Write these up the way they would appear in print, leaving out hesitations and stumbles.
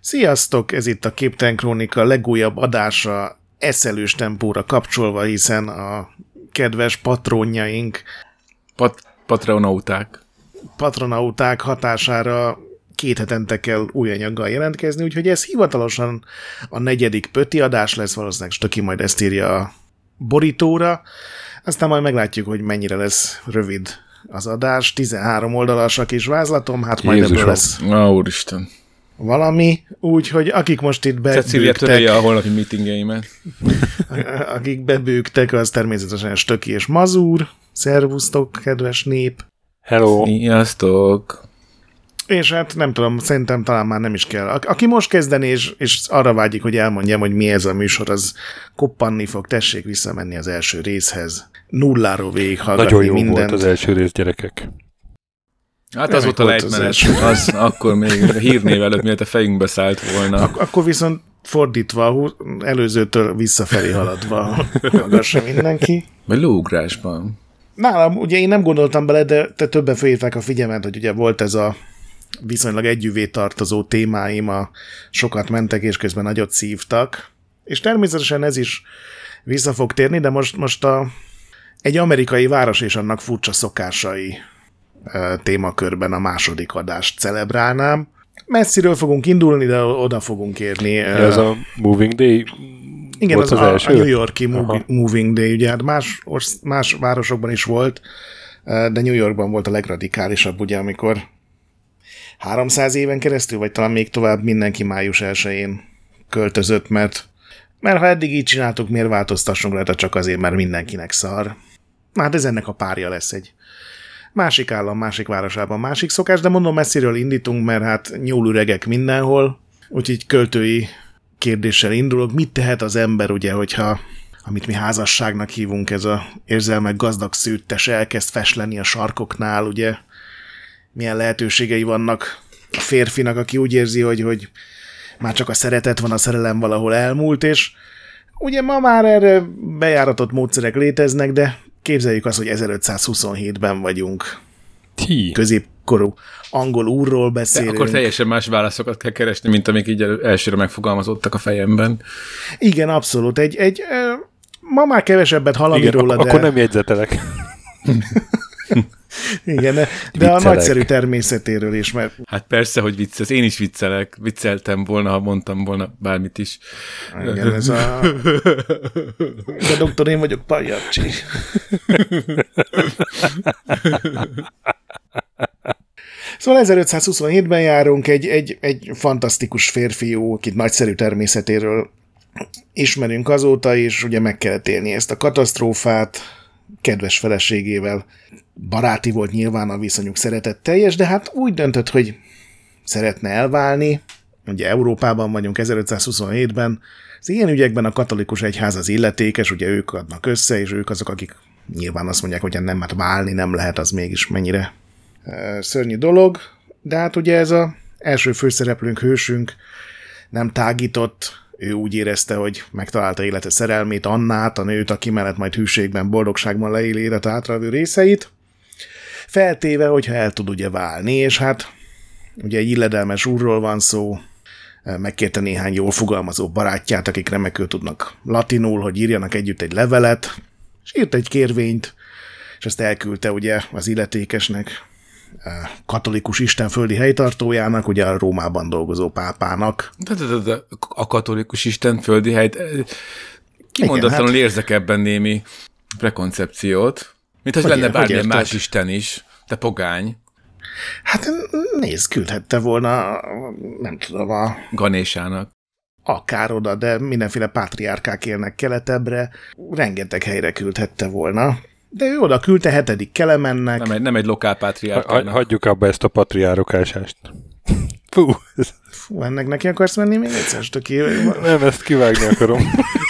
Sziasztok! Ez itt a Képtelen Krónika legújabb adása eszelős tempóra kapcsolva, hiszen a kedves patronjaink, patronauták hatására 2 hetente kell új anyaggal jelentkezni, úgyhogy ez hivatalosan a 4. pötti adás lesz, valószínűleg Stöki majd ezt írja a borítóra, aztán majd meglátjuk, hogy mennyire lesz rövid az adás. 13 oldalas a kis vázlatom, hát majd ebből lesz úristen. Valami, úgyhogy akik most itt bebőgtek... Cecília törölje a holnapi meetingjeimet. Akik bebőgtek, az természetesen Stöki és Mazur. Szervusztok, kedves nép! Hello! Sziasztok! És hát nem tudom, szerintem talán már nem is kell. Aki most kezdeni, és arra vágyik, hogy elmondjam, hogy mi ez a műsor, az koppanni fog, tessék visszamenni az első részhez. Nulláról végighallgatni mindent. Nagyon jó volt az első rész, gyerekek. Hát az volt a lejtmenet, az akkor még a hírnév előtt, miért a fejünkbe szállt volna. Akkor viszont fordítva, előzőtől visszafelé haladva hallgassa mindenki. Vagy lóugrásban. Nálam, ugye én nem gondoltam bele, de többen felhívták a figyelmet, hogy ugye volt ez a viszonylag együvé tartozó témáim, sokat mentek, és közben nagyot szívtak. És természetesen ez is vissza fog térni, de most egy amerikai város és annak furcsa szokásai témakörben a második adást celebrálnám. Messziről fogunk indulni, de oda fogunk érni. Ez a Moving Day. Igen, az első? A New York-i Moving Day, ugye hát más városokban is volt, de New Yorkban volt a legradikálisabb, ugye, amikor 300 éven keresztül, vagy talán még tovább mindenki május 1-én költözött, mert ha eddig így csináltuk, miért változtassunk rá, csak azért, mert mindenkinek szar. Hát ez ennek a párja lesz egy másik állam, másik városában másik szokás, de mondom, messziről indítunk, mert hát nyúlüregek mindenhol, úgyhogy költői kérdéssel indulok. Mit tehet az ember, ugye, hogyha, amit mi házasságnak hívunk, ez a érzelmek gazdag szőttes elkezd fesleni a sarkoknál, ugye, milyen lehetőségei vannak a férfinak, aki úgy érzi, hogy már csak a szeretet van, a szerelem valahol elmúlt, és ugye ma már erre bejáratott módszerek léteznek, de képzeljük azt, hogy 1527-ben vagyunk. Középkorú angol úrról beszélünk. De akkor teljesen más válaszokat kell keresni, mint amik így elsőre megfogalmazottak a fejemben. Igen, abszolút. Ma már kevesebbet hallani róla, de... akkor nem jegyzetelek. Igen, de a nagyszerű természetéről is, mert... Hát persze, hogy viccelsz. Én is vicceltem volna, ha mondtam volna bármit is. Igen, ez a... De doktor, én vagyok Pagliacci. Szóval 1527-ben járunk, egy fantasztikus férfiú, akit nagyszerű természetéről ismerünk azóta, és ugye meg kellett élni ezt a katasztrófát, kedves feleségével. Baráti volt nyilván, a viszonyuk szeretetteljes, de hát úgy döntött, hogy szeretne elválni. Ugye Európában vagyunk 1527-ben. Az ilyen ügyekben a katolikus egyház az illetékes, ugye ők adnak össze, és ők azok, akik nyilván azt mondják, hogy nem, hát válni nem lehet, az mégis mennyire szörnyű dolog. De hát ugye ez az első főszereplőnk, hősünk nem tágított, ő úgy érezte, hogy megtalálta élete szerelmét, Annát, a nőt, aki mellett majd hűségben, boldogságban leél élete hátralévő részeit, feltéve, hogyha el tud ugye válni, és hát ugye egy illedelmes úrról van szó, megkérte néhány jól fogalmazó barátját, akik remekül tudnak latinul, hogy írjanak együtt egy levelet, és írt egy kérvényt, és ezt elküldte ugye az illetékesnek, katolikus istenföldi helytartójának, ugye a Rómában dolgozó pápának. De a katolikus istenföldi helyt... Kimondatlanul érzek ebben némi prekoncepciót, mint hogy lenne bármilyen más isten is, de pogány. Hát nézd, küldhette volna, nem tudom, a... Ganésának. Akár oda, de mindenféle pátriárkák élnek keletebbre, rengeteg helyre küldhette volna. De ő oda küldte 7. Kelemennek. Nem egy lokál pátriárkának. Hagyjuk abba ezt a patriárokásást. Fú, ennek neki akarsz menni még egyszer, Stöki? Nem, ezt kivágni akarom.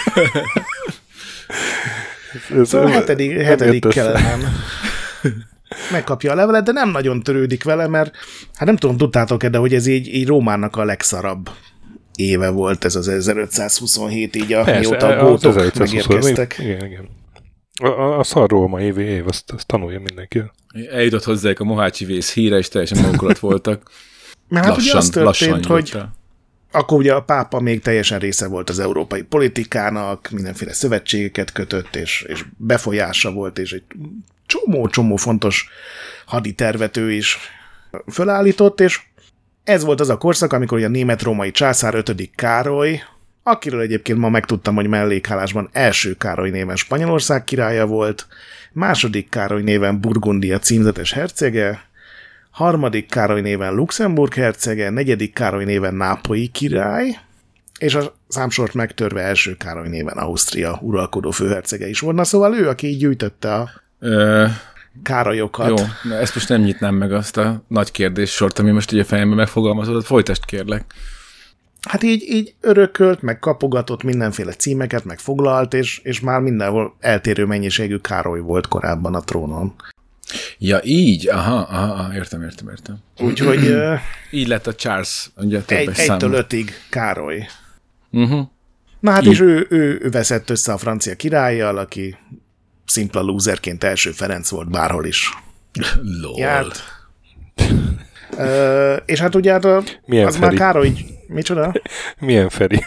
Szóval 7. Kelemen megkapja a levelet, de nem nagyon törődik vele, mert hát nem tudom, tudtátok-e, de hogy ez így Rómának a legszarabb éve volt ez az 1527, így mióta a gótok megérkeztek. Igen. A szar Róma év, azt tanulja mindenki. Eljutott hozzájuk a mohácsi vész híre, és teljesen magukat voltak. Mert hát ugye az történt, akkor ugye a pápa még teljesen része volt az európai politikának, mindenféle szövetségeket kötött, és befolyása volt, és egy csomó fontos haditervet ő is fölállított, és ez volt az a korszak, amikor a német-római császár 5. Károly, akiről egyébként ma megtudtam, hogy mellékhálásban első Károly néven Spanyolország királya volt, második Károly néven Burgundia címzetes hercege, harmadik Károly néven Luxemburg hercege, negyedik Károly néven Nápolyi király, és a számsort megtörve első Károly néven Ausztria uralkodó főhercege is volt. Na szóval ő, aki így gyűjtötte a Károlyokat. Jó, na ezt most nem nyitnám meg azt a nagy kérdéssort, ami most így a fejemben megfogalmazódott. Folytasd, kérlek. Hát így örökölt, meg kapogatott mindenféle címeket, meg foglalt, és már mindenhol eltérő mennyiségű Károly volt korábban a trónon. Ja, így? Aha, értem. Úgyhogy... így lett a Charles, ugye a többes 1-től 5-ig Károly. Uh-huh. Na hát, és ő veszett össze a francia királlyal, aki szimpla lúzerként első Ferenc volt bárhol is. Lol. Járt. És hát ugye az Feri? már Károly... Micsoda? Milyen Feri?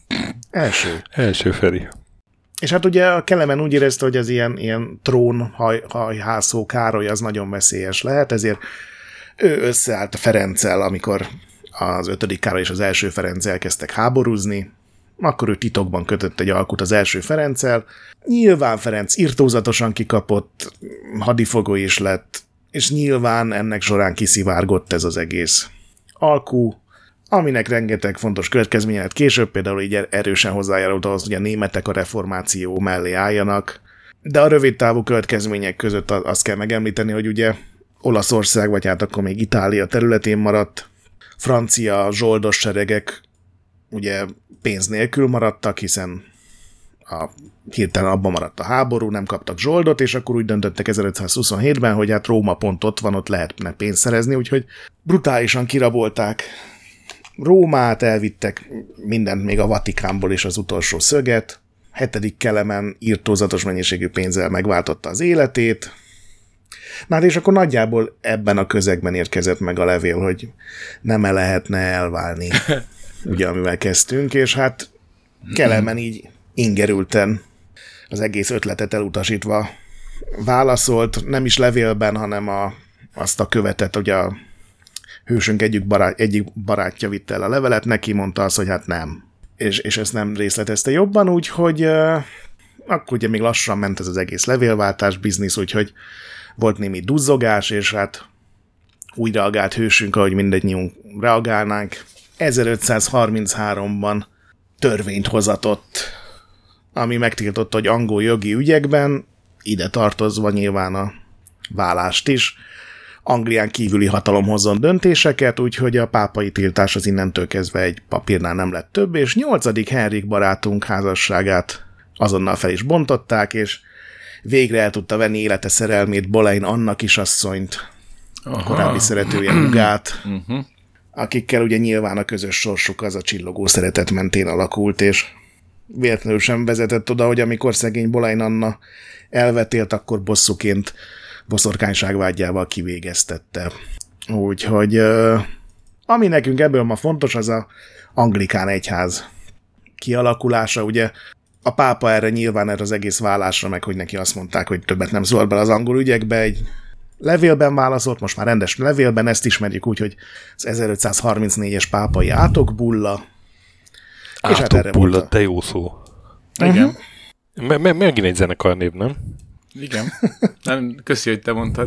Első Feri. És hát ugye a Kelemen úgy érezte, hogy az ilyen trónhajhászó Károly az nagyon veszélyes lehet, ezért ő összeállt a Ferenccel, amikor az 5. Károly és az első Ferenc elkezdtek háborúzni, akkor ő titokban kötött egy alkut az első Ferenccel. Nyilván Ferenc irtózatosan kikapott, hadifogó is lett, és nyilván ennek során kiszivárgott ez az egész alkú, aminek rengeteg fontos következménye lett később, például így erősen hozzájárult ahhoz, hogy a németek a reformáció mellé álljanak. De a rövid távú következmények között azt kell megemlíteni, hogy ugye Olaszország, vagy hát akkor még Itália területén maradt, francia zsoldos seregek ugye pénz nélkül maradtak, hiszen hirtelen abban maradt a háború, nem kaptak zsoldot, és akkor úgy döntöttek 1527-ben, hogy hát Róma pont ott van, ott lehetne pénzt szerezni, úgyhogy brutálisan kirabolták Rómát, elvittek mindent, még a Vatikánból is az utolsó szöget. 7. Kelemen irtózatos mennyiségű pénzzel megváltotta az életét. Na hát és akkor nagyjából ebben a közegben érkezett meg a levél, hogy nem-e lehetne elválni, ugye amivel kezdtünk, és hát Kelemen így ingerülten az egész ötletet elutasítva válaszolt, nem is levélben, hanem azt a követet, hogy a hősünk egyik barátja vitte el a levelet, neki mondta azt, hogy hát nem. És ezt nem részletezte jobban, úgyhogy akkor ugye még lassan ment ez az egész levélváltás biznisz, úgyhogy volt némi duzzogás, és hát úgy reagált hősünk, ahogy mindegyünk reagálnánk. 1533-ban törvényt hozatott, ami megtiltotta, hogy angol jogi ügyekben, ide tartozva nyilván a válást is, Anglián kívüli hatalom hozzon döntéseket, úgyhogy a pápai tiltás az innentől kezdve egy papírnál nem lett több, és 8. Henrik barátunk házasságát azonnal fel is bontották, és végre el tudta venni élete szerelmét, Boleyn Anna kisasszonyt, a korábbi szeretője Hugát, akikkel ugye nyilván a közös sorsuk az a csillogó szeretet mentén alakult, és véletlenül sem vezetett oda, hogy amikor szegény Boleyn Anna elvetélt, akkor bosszúként boszorkányságvágyával kivégeztette. Úgyhogy ami nekünk ebből ma fontos, az a anglikán egyház kialakulása. Ugye a pápa erre nyilván erre az egész vállásra, meg hogy neki azt mondták, hogy többet nem szól bele az angol ügyekbe, egy levélben válaszolt, most már rendes levélben, ezt ismerjük úgy, hogy az 1534-es pápai átokbulla. Átokbulla, de jó szó. Igen. Megint egy zenekarnév, nem? Igen. Nem, köszi, hogy te mondtad.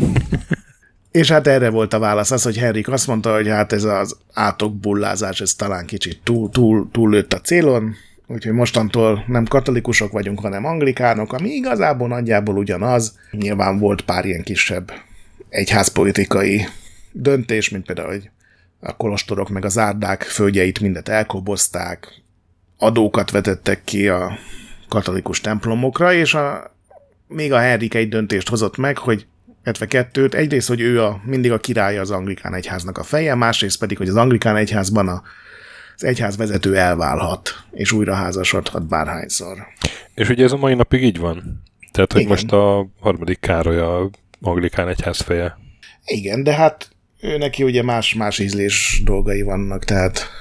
És hát erre volt a válasz az, hogy Henrik azt mondta, hogy hát ez az átokbullázás, ez talán kicsit túl lőtt a célon, úgyhogy mostantól nem katolikusok vagyunk, hanem anglikánok, ami igazából nagyjából ugyanaz. Nyilván volt pár ilyen kisebb egyházpolitikai döntés, mint például, hogy a kolostorok meg az árdák földjeit mindet elkobozták, adókat vetettek ki a katolikus templomokra, és még a Henrik egy döntést hozott meg, hogy 72-t, egyrészt, hogy ő mindig a királya az anglikán egyháznak a feje, másrészt pedig, hogy az anglikán egyházban az egyház vezető elválhat, és újra házasodhat bárhányszor. És ugye ez a mai napig így van? Tehát, hogy igen. Most a 3. Károly a anglikán egyház feje. Igen, de hát ő neki ugye más ízlés dolgai vannak, tehát...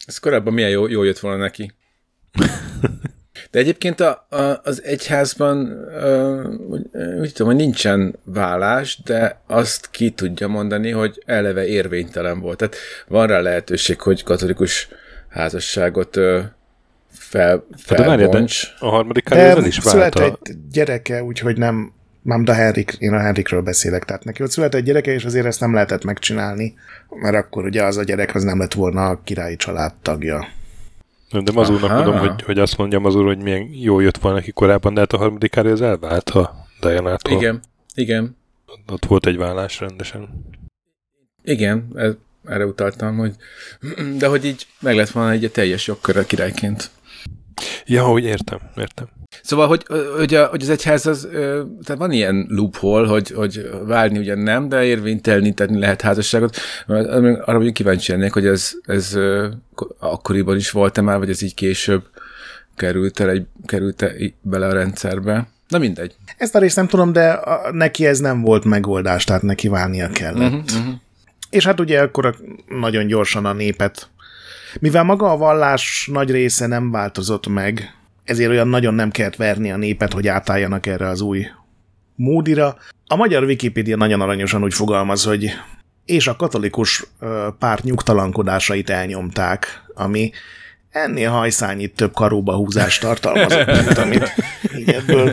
Ez korábban milyen jó jött volna neki. De egyébként az egyházban úgy tudom, hogy nincsen vállás, de azt ki tudja mondani, hogy eleve érvénytelen volt. Tehát van rá lehetőség, hogy katolikus házasságot felbonts. A harmadik Károly is vált egy gyereke, úgyhogy nem én a Henrikről beszélek, tehát neki ott született egy gyereke, és azért ezt nem lehetett megcsinálni, mert akkor ugye az a gyerek az nem lett volna a királyi család tagja. De Mazurnak mondom, hogy azt mondja Mazur, hogy milyen jó jött volna neki korábban, de hát a harmadik Károly az elvált a Dianától. Igen. Ott volt egy vállás rendesen. Igen, erre utaltam, hogy de hogy így meg lett volna egy teljes jogkörre királyként. Ja, hogy értem. Szóval, hogy az egyház az, tehát van ilyen loophole, hogy válni ugyan nem, de érvényteleníteni lehet házasságot. Arra mondjuk kíváncsi lennék, hogy ez akkoriban is volt-e már, vagy ez így később került bele a rendszerbe. Na mindegy. Ezt a részt nem tudom, de neki ez nem volt megoldás, tehát neki válnia kellett. És hát ugye akkor nagyon gyorsan a népet, mivel maga a vallás nagy része nem változott meg, ezért olyan nagyon nem kellett verni a népet, hogy átálljanak erre az új módira. A magyar Wikipédia nagyon aranyosan úgy fogalmaz, hogy és a katolikus párt nyugtalankodásait elnyomták, ami ennél hajszányit több karóba húzást tartalmazott, mint amit így ebből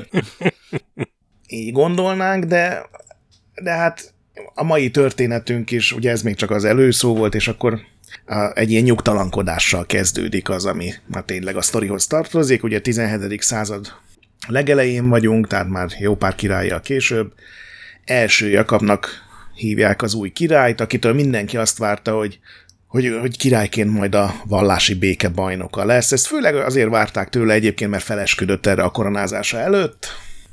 így gondolnánk, de hát a mai történetünk is, ugye ez még csak az előszó volt, és akkor egy ilyen nyugtalankodással kezdődik az, ami már tényleg a sztorihoz tartozik. Ugye 17. század legelején vagyunk, tehát már jó pár királlyal később. Első Jakabnak hívják az új királyt, akitől mindenki azt várta, hogy királyként majd a vallási béke bajnoka lesz. Ezt főleg azért várták tőle egyébként, mert felesküdött erre a koronázása előtt.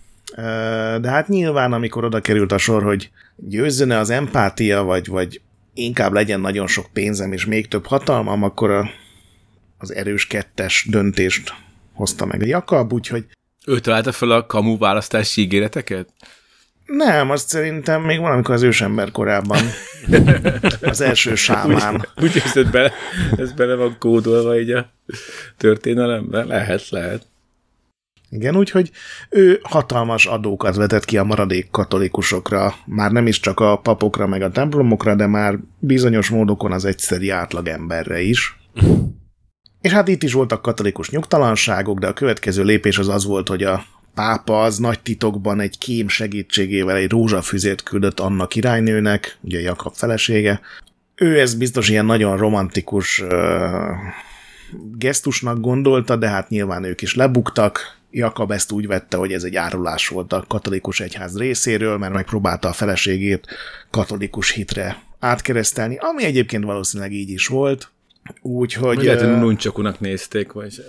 De hát nyilván, amikor oda került a sor, hogy győzzön-e az empátia, vagy inkább legyen nagyon sok pénzem és még több hatalmam, akkor az erős kettes döntést hozta meg Jakab, úgyhogy... Ő találta fel a kamu választási ígéreteket? Nem, azt szerintem még valamikor az ősember korában. Az első sámán. Úgy ez bele van kódolva így a történelemben? Lehet. Igen, úgyhogy ő hatalmas adókat vetett ki a maradék katolikusokra, már nem is csak a papokra meg a templomokra, de már bizonyos módokon az egyszeri átlagemberre is. És hát itt is voltak katolikus nyugtalanságok, de a következő lépés az volt, hogy a pápa az nagy titokban egy kém segítségével egy rózsafüzét küldött Anna királynőnek, ugye Jakab felesége. Ő ezt biztos ilyen nagyon romantikus gesztusnak gondolta, de hát nyilván ők is lebuktak. Jakab ezt úgy vette, hogy ez egy árulás volt a katolikus egyház részéről, mert megpróbálta a feleségét katolikus hitre átkeresztelni, ami egyébként valószínűleg így is volt. Úgyhogy... Lehet, hogy nuncsakunak nézték, vagy...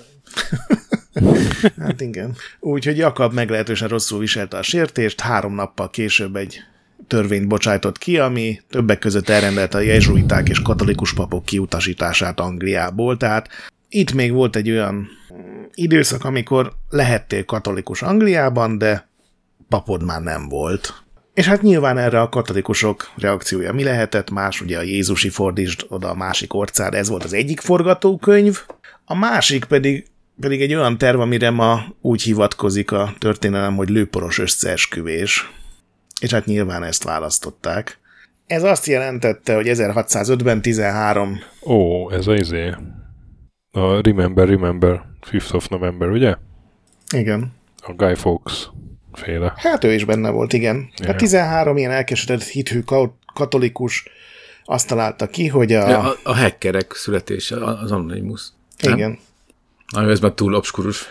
Hát igen. Úgyhogy Jakab meglehetősen rosszul viselte a sértést, 3 nappal később egy törvényt bocsájtott ki, ami többek között elrendelte a jezsuiták és katolikus papok kiutasítását Angliából, tehát itt még volt egy olyan időszak, amikor lehettél katolikus Angliában, de papod már nem volt. És hát nyilván erre a katolikusok reakciója mi lehetett más, ugye a Jézusi fordítsd oda a másik orcára, ez volt az egyik forgatókönyv, a másik pedig egy olyan terv, amire ma úgy hivatkozik a történelem, hogy lőporos összeesküvés. És hát nyilván ezt választották. Ez azt jelentette, hogy 1605-ben 13... Ó, ez a izé. A Remember, 5th of November, ugye? Igen. A Guy Fawkes féle. Hát ő is benne volt, igen. Hát 13 ilyen elkeseredett hithű katolikus azt találta ki, hogy a hackerek születése, az Anonymous. Igen. Ami ez már túl obskurus.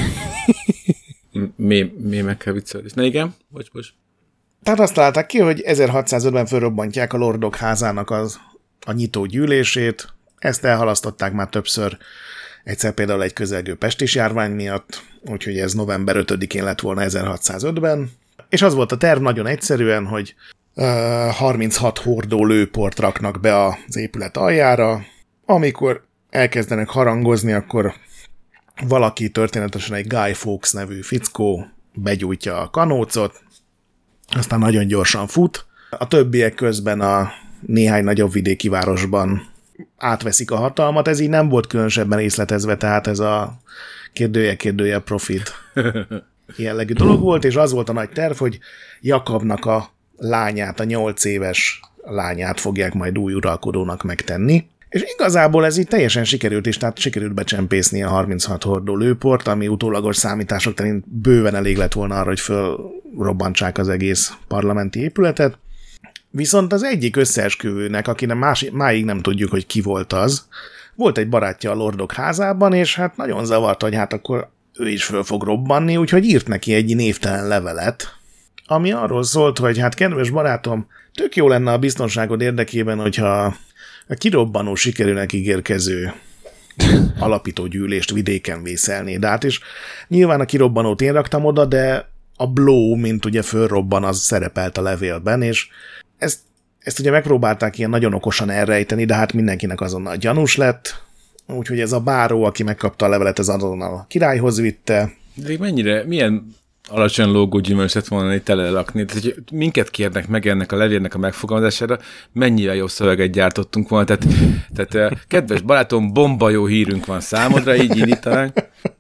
Mémekkel viccelni. Na igen, bocs. Tehát azt találták ki, hogy 1605-ben fölrobbantják a Lordok házának a nyitó gyűlését. Ezt elhalasztották már többször, egyszer például egy közelgő pestis járvány miatt, úgyhogy ez november 5-én lett volna 1605-ben. És az volt a terv nagyon egyszerűen, hogy 36 hordó lőport raknak be az épület aljára. Amikor elkezdenek harangozni, akkor valaki, történetesen egy Guy Fawkes nevű fickó begyújtja a kanócot, aztán nagyon gyorsan fut. A többiek közben a néhány nagyobb vidéki városban átveszik a hatalmat, ez így nem volt különösebben részletezve, tehát ez a kérdője profit jellegű dolog volt, és az volt a nagy terv, hogy Jakabnak a lányát, a 8 éves lányát fogják majd új uralkodónak megtenni. És igazából ez így teljesen sikerült is, tehát sikerült becsempészni a 36 hordó lőport, ami utólagos számítások szerint bőven elég lett volna arra, hogy fölrobbantsák az egész parlamenti épületet. Viszont az egyik összeesküvőnek, akinek máig nem tudjuk, hogy ki volt az, volt egy barátja a Lordok házában, és hát nagyon zavart, hogy hát akkor ő is föl fog robbanni, úgyhogy írt neki egy névtelen levelet, ami arról szólt, hogy hát kedves barátom, tök jó lenne a biztonságod érdekében, hogyha a kirobbanó sikerülnek ígérkező alapítógyűlést vidéken vészelnéd át, és nyilván a kirobbanót én raktam oda, de a blow, mint ugye fölrobban, az szerepelt a levélben, és ezt ugye megpróbálták ilyen nagyon okosan elrejteni, de hát mindenkinek azonnal gyanús lett, úgyhogy ez a báró, aki megkapta a levelet, ez azonnal a királyhoz vitte. De milyen alacsony lógó gyümölcsöt volna itt telelakni. Tehát, hogy minket kérnek meg ennek a levélnek a megfogalmazására, mennyivel jobb szöveget gyártottunk volna. Tehát kedves barátom, bomba jó hírünk van számodra, így indítanánk.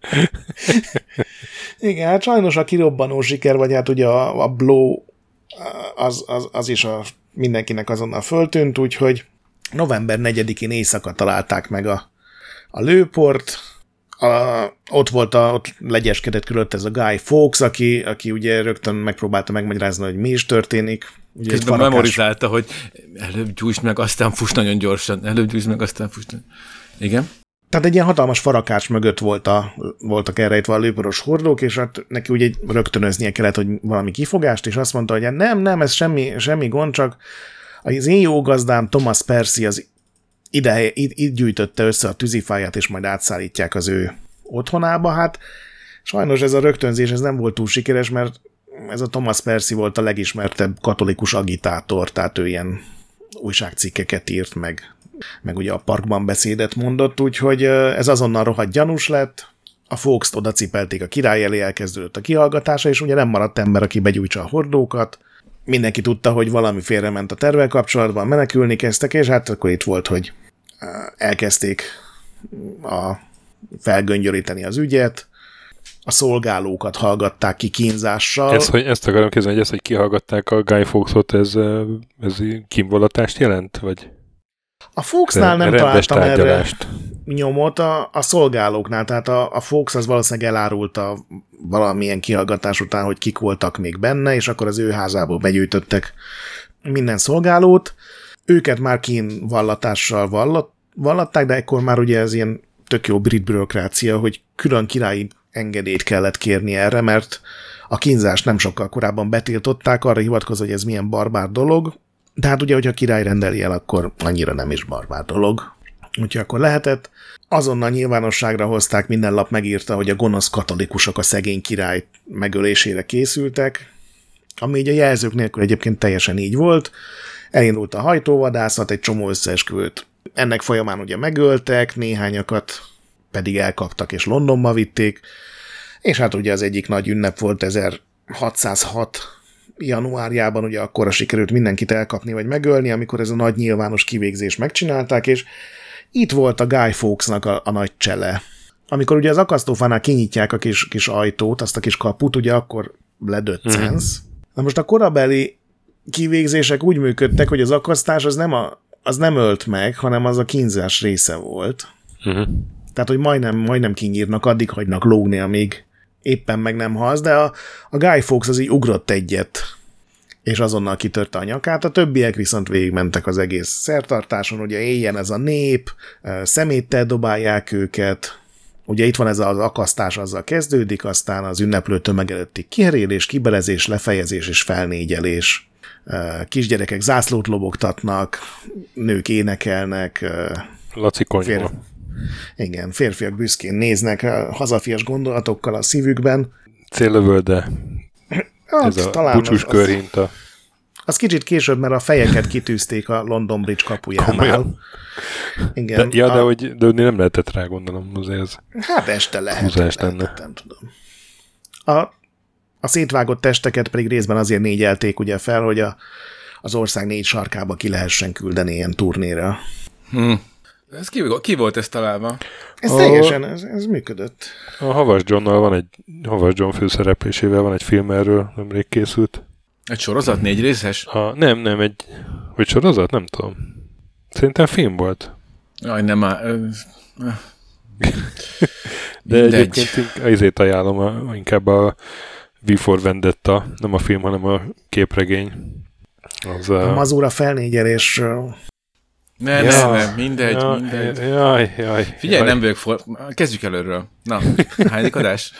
Igen, hát sajnos a kirobbanó siker, vagy hát ugye a blow az is mindenkinek azonnal föltűnt, úgyhogy november 4-én éjszaka találták meg a lőport. Ott legyeskedett körülött ez a Guy Fawkes, aki ugye rögtön megpróbálta megmagyarázni, hogy mi is történik. Ugye közben memorizálta, hogy előbb gyújtsd meg, aztán fuss nagyon gyorsan. Igen? Tehát egy ilyen hatalmas farakás mögött voltak elrejtve a lőporos hordók, és hát neki ugye rögtönöznie kellett, hogy valami kifogást, és azt mondta, hogy nem, ez semmi gond, csak az én jó gazdám Thomas Percy az itt gyűjtötte össze a tűzifáját, és majd átszállítják az ő otthonába. Hát sajnos ez a rögtönzés ez nem volt túl sikeres, mert ez a Thomas Percy volt a legismertebb katolikus agitátor, tehát ő ilyen újságcikkeket írt, meg ugye a parkban beszédet mondott, úgyhogy ez azonnal rohadt gyanús lett. A Fawkes-t oda cipelték a király elé, elkezdődött a kihallgatása, és ugye nem maradt ember, aki begyújtsa a hordókat. Mindenki tudta, hogy valami félrement a tervvel kapcsolatban, menekülni kezdtek, és hát akkor itt volt, hogy elkezdték felgöngyöríteni az ügyet, a szolgálókat hallgatták ki kínzással. Ezt akarom kérdezni, hogy hogy kihallgatták a Guy Fawkes-ot, ez kínvallatást jelent? Vagy a Fawkesnál nem találtam erre nyomot, a szolgálóknál, tehát a Fawkes az valószínűleg elárulta valamilyen kihallgatás után, hogy kik voltak még benne, és akkor az ő házából begyűjtöttek minden szolgálót. Őket már kínvallatással vallatták, de ekkor már ugye ez ilyen tök jó brit bürokrácia, hogy külön királyi engedélyt kellett kérni erre, mert a kínzást nem sokkal korábban betiltották, arra hivatkozva, hogy ez milyen barbár dolog, de hát ugye, hogyha a király rendeli el, akkor annyira nem is barbár dolog. Úgyhogy akkor lehetett. Azonnal nyilvánosságra hozták, minden lap megírta, hogy a gonosz katolikusok a szegény király megölésére készültek, ami így a jelzők nélkül egyébként teljesen így volt. Elindult a hajtóvadászat, egy csomó összeesküvőt. Ennek folyamán ugye megöltek, néhányakat pedig elkaptak és Londonba vitték, és hát ugye az egyik nagy ünnep volt 1606 januárjában, ugye akkorra sikerült mindenkit elkapni vagy megölni, amikor ez a nagy nyilvános kivégzést megcsinálták, és itt volt a Guy Fawkesnak a nagy csele. Amikor ugye az akasztófánál kinyitják a kis ajtót, azt a kis kaput, ugye akkor ledöccensz. Na most a korabeli kivégzések úgy működtek, hogy az akasztás az nem ölt meg, hanem az a kínzás része volt. Tehát, hogy majdnem kinyírnak, addig hagynak lógni, amíg éppen meg nem halsz, de a Guy Fawkes az így ugrott egyet, és azonnal kitörte a nyakát, a többiek viszont végigmentek az egész szertartáson, ugye éljen ez a nép, szeméttel dobálják őket, ugye itt van ez az akasztás, azzal kezdődik, aztán az ünneplő tömeg előtti kiherélés, kibelezés, lefejezés és felnégyelés. Kisgyerekek zászlót lobogtatnak, nők énekelnek. Laci konyha. Igen, férfiak büszkén néznek hazafias gondolatokkal a szívükben. Céllövölde. Ez a bucsús körhinta. Az kicsit később, mert a fejeket kitűzték a London Bridge kapujánál. Igen. De nem lehetett rá, gondolom, azért. Hát este lehetett, nem tudom. A szétvágott testeket pedig részben azért négyelték ugye fel, hogy az ország 4 sarkába ki lehessen küldeni ilyen turnéra. Ez ki volt ez találva? Ez teljesen, ez működött. A Havas Johnnal van egy, Havas John főszereplésével van egy film erről, nemrég készült. Egy sorozat, 4 részes? Nem, vagy sorozat? Nem tudom. Szerintem film volt. Jaj, nem már. De egyébként ezért ajánlom inkább a V for Vendetta, nem a film, hanem a képregény. Az a Mazura felnégyelés. Nem, mindegy. Jaj. Figyelj, nem vagyok kezdjük előről. Na, hányadik adás?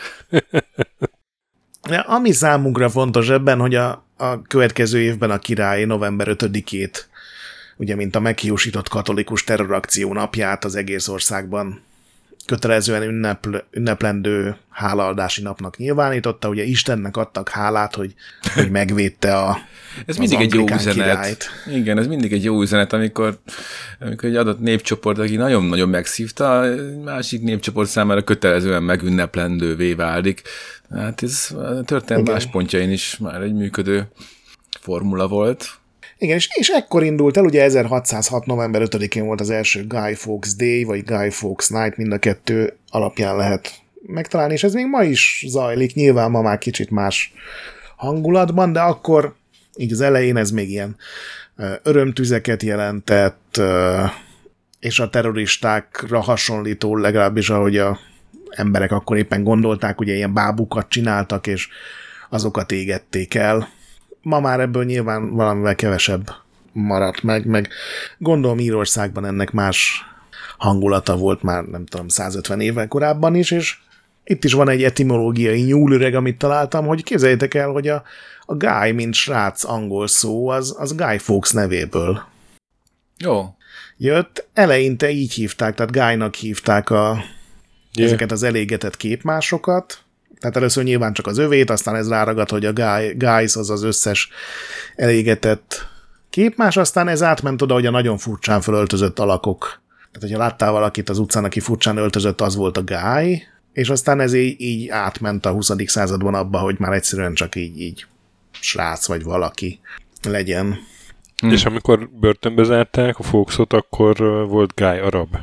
Ami számunkra fontos ebben, hogy a következő évben a király november 5-ét, ugye mint a meghiúsított katolikus terrorakció napját az egész országban kötelezően ünneplendő hálaadási napnak nyilvánította. Ugye Istennek adtak hálát, hogy megvédte ez mindig egy jó üzenet. Királyt. Igen, ez mindig egy jó üzenet, amikor egy adott népcsoport, aki nagyon-nagyon megszívta, a másik népcsoport számára kötelezően megünneplendővé válik. Hát ez a történet más pontjain is már egy működő formula volt. Igen, és ekkor indult el, ugye 1606. november 5-én volt az első Guy Fawkes Day, vagy Guy Fawkes Night, mind a kettő alapján lehet megtalálni, és ez még ma is zajlik, nyilván ma már kicsit más hangulatban, de akkor így az elején ez még ilyen örömtüzeket jelentett, és a terroristákra hasonlító, legalábbis ahogy a emberek akkor éppen gondolták, ugye ilyen bábukat csináltak, és azokat égették el. Ma már ebből nyilván valamivel kevesebb maradt meg gondolom Írországban ennek más hangulata volt már, nem tudom, 150 évvel korábban is, és itt is van egy etimológiai nyúlüreg, amit találtam, hogy képzeljétek el, hogy a Guy, mint srác angol szó, az Guy Fawkes nevéből. Jó. Jött, eleinte így hívták, tehát Guynak hívták ezeket az elégetett képmásokat, tehát először nyilván csak az övét, aztán ez ráragad, hogy a Guys az összes elégetett képmás, aztán ez átment oda, hogy a nagyon furcsán fölöltözött alakok. Tehát, hogyha láttál valakit az utcán, aki furcsán öltözött, az volt a Guy, és aztán ez így átment a 20. században abba, hogy már egyszerűen csak így srác vagy valaki legyen. És amikor börtönbe zárták a Fawkesot, akkor volt Guy arab.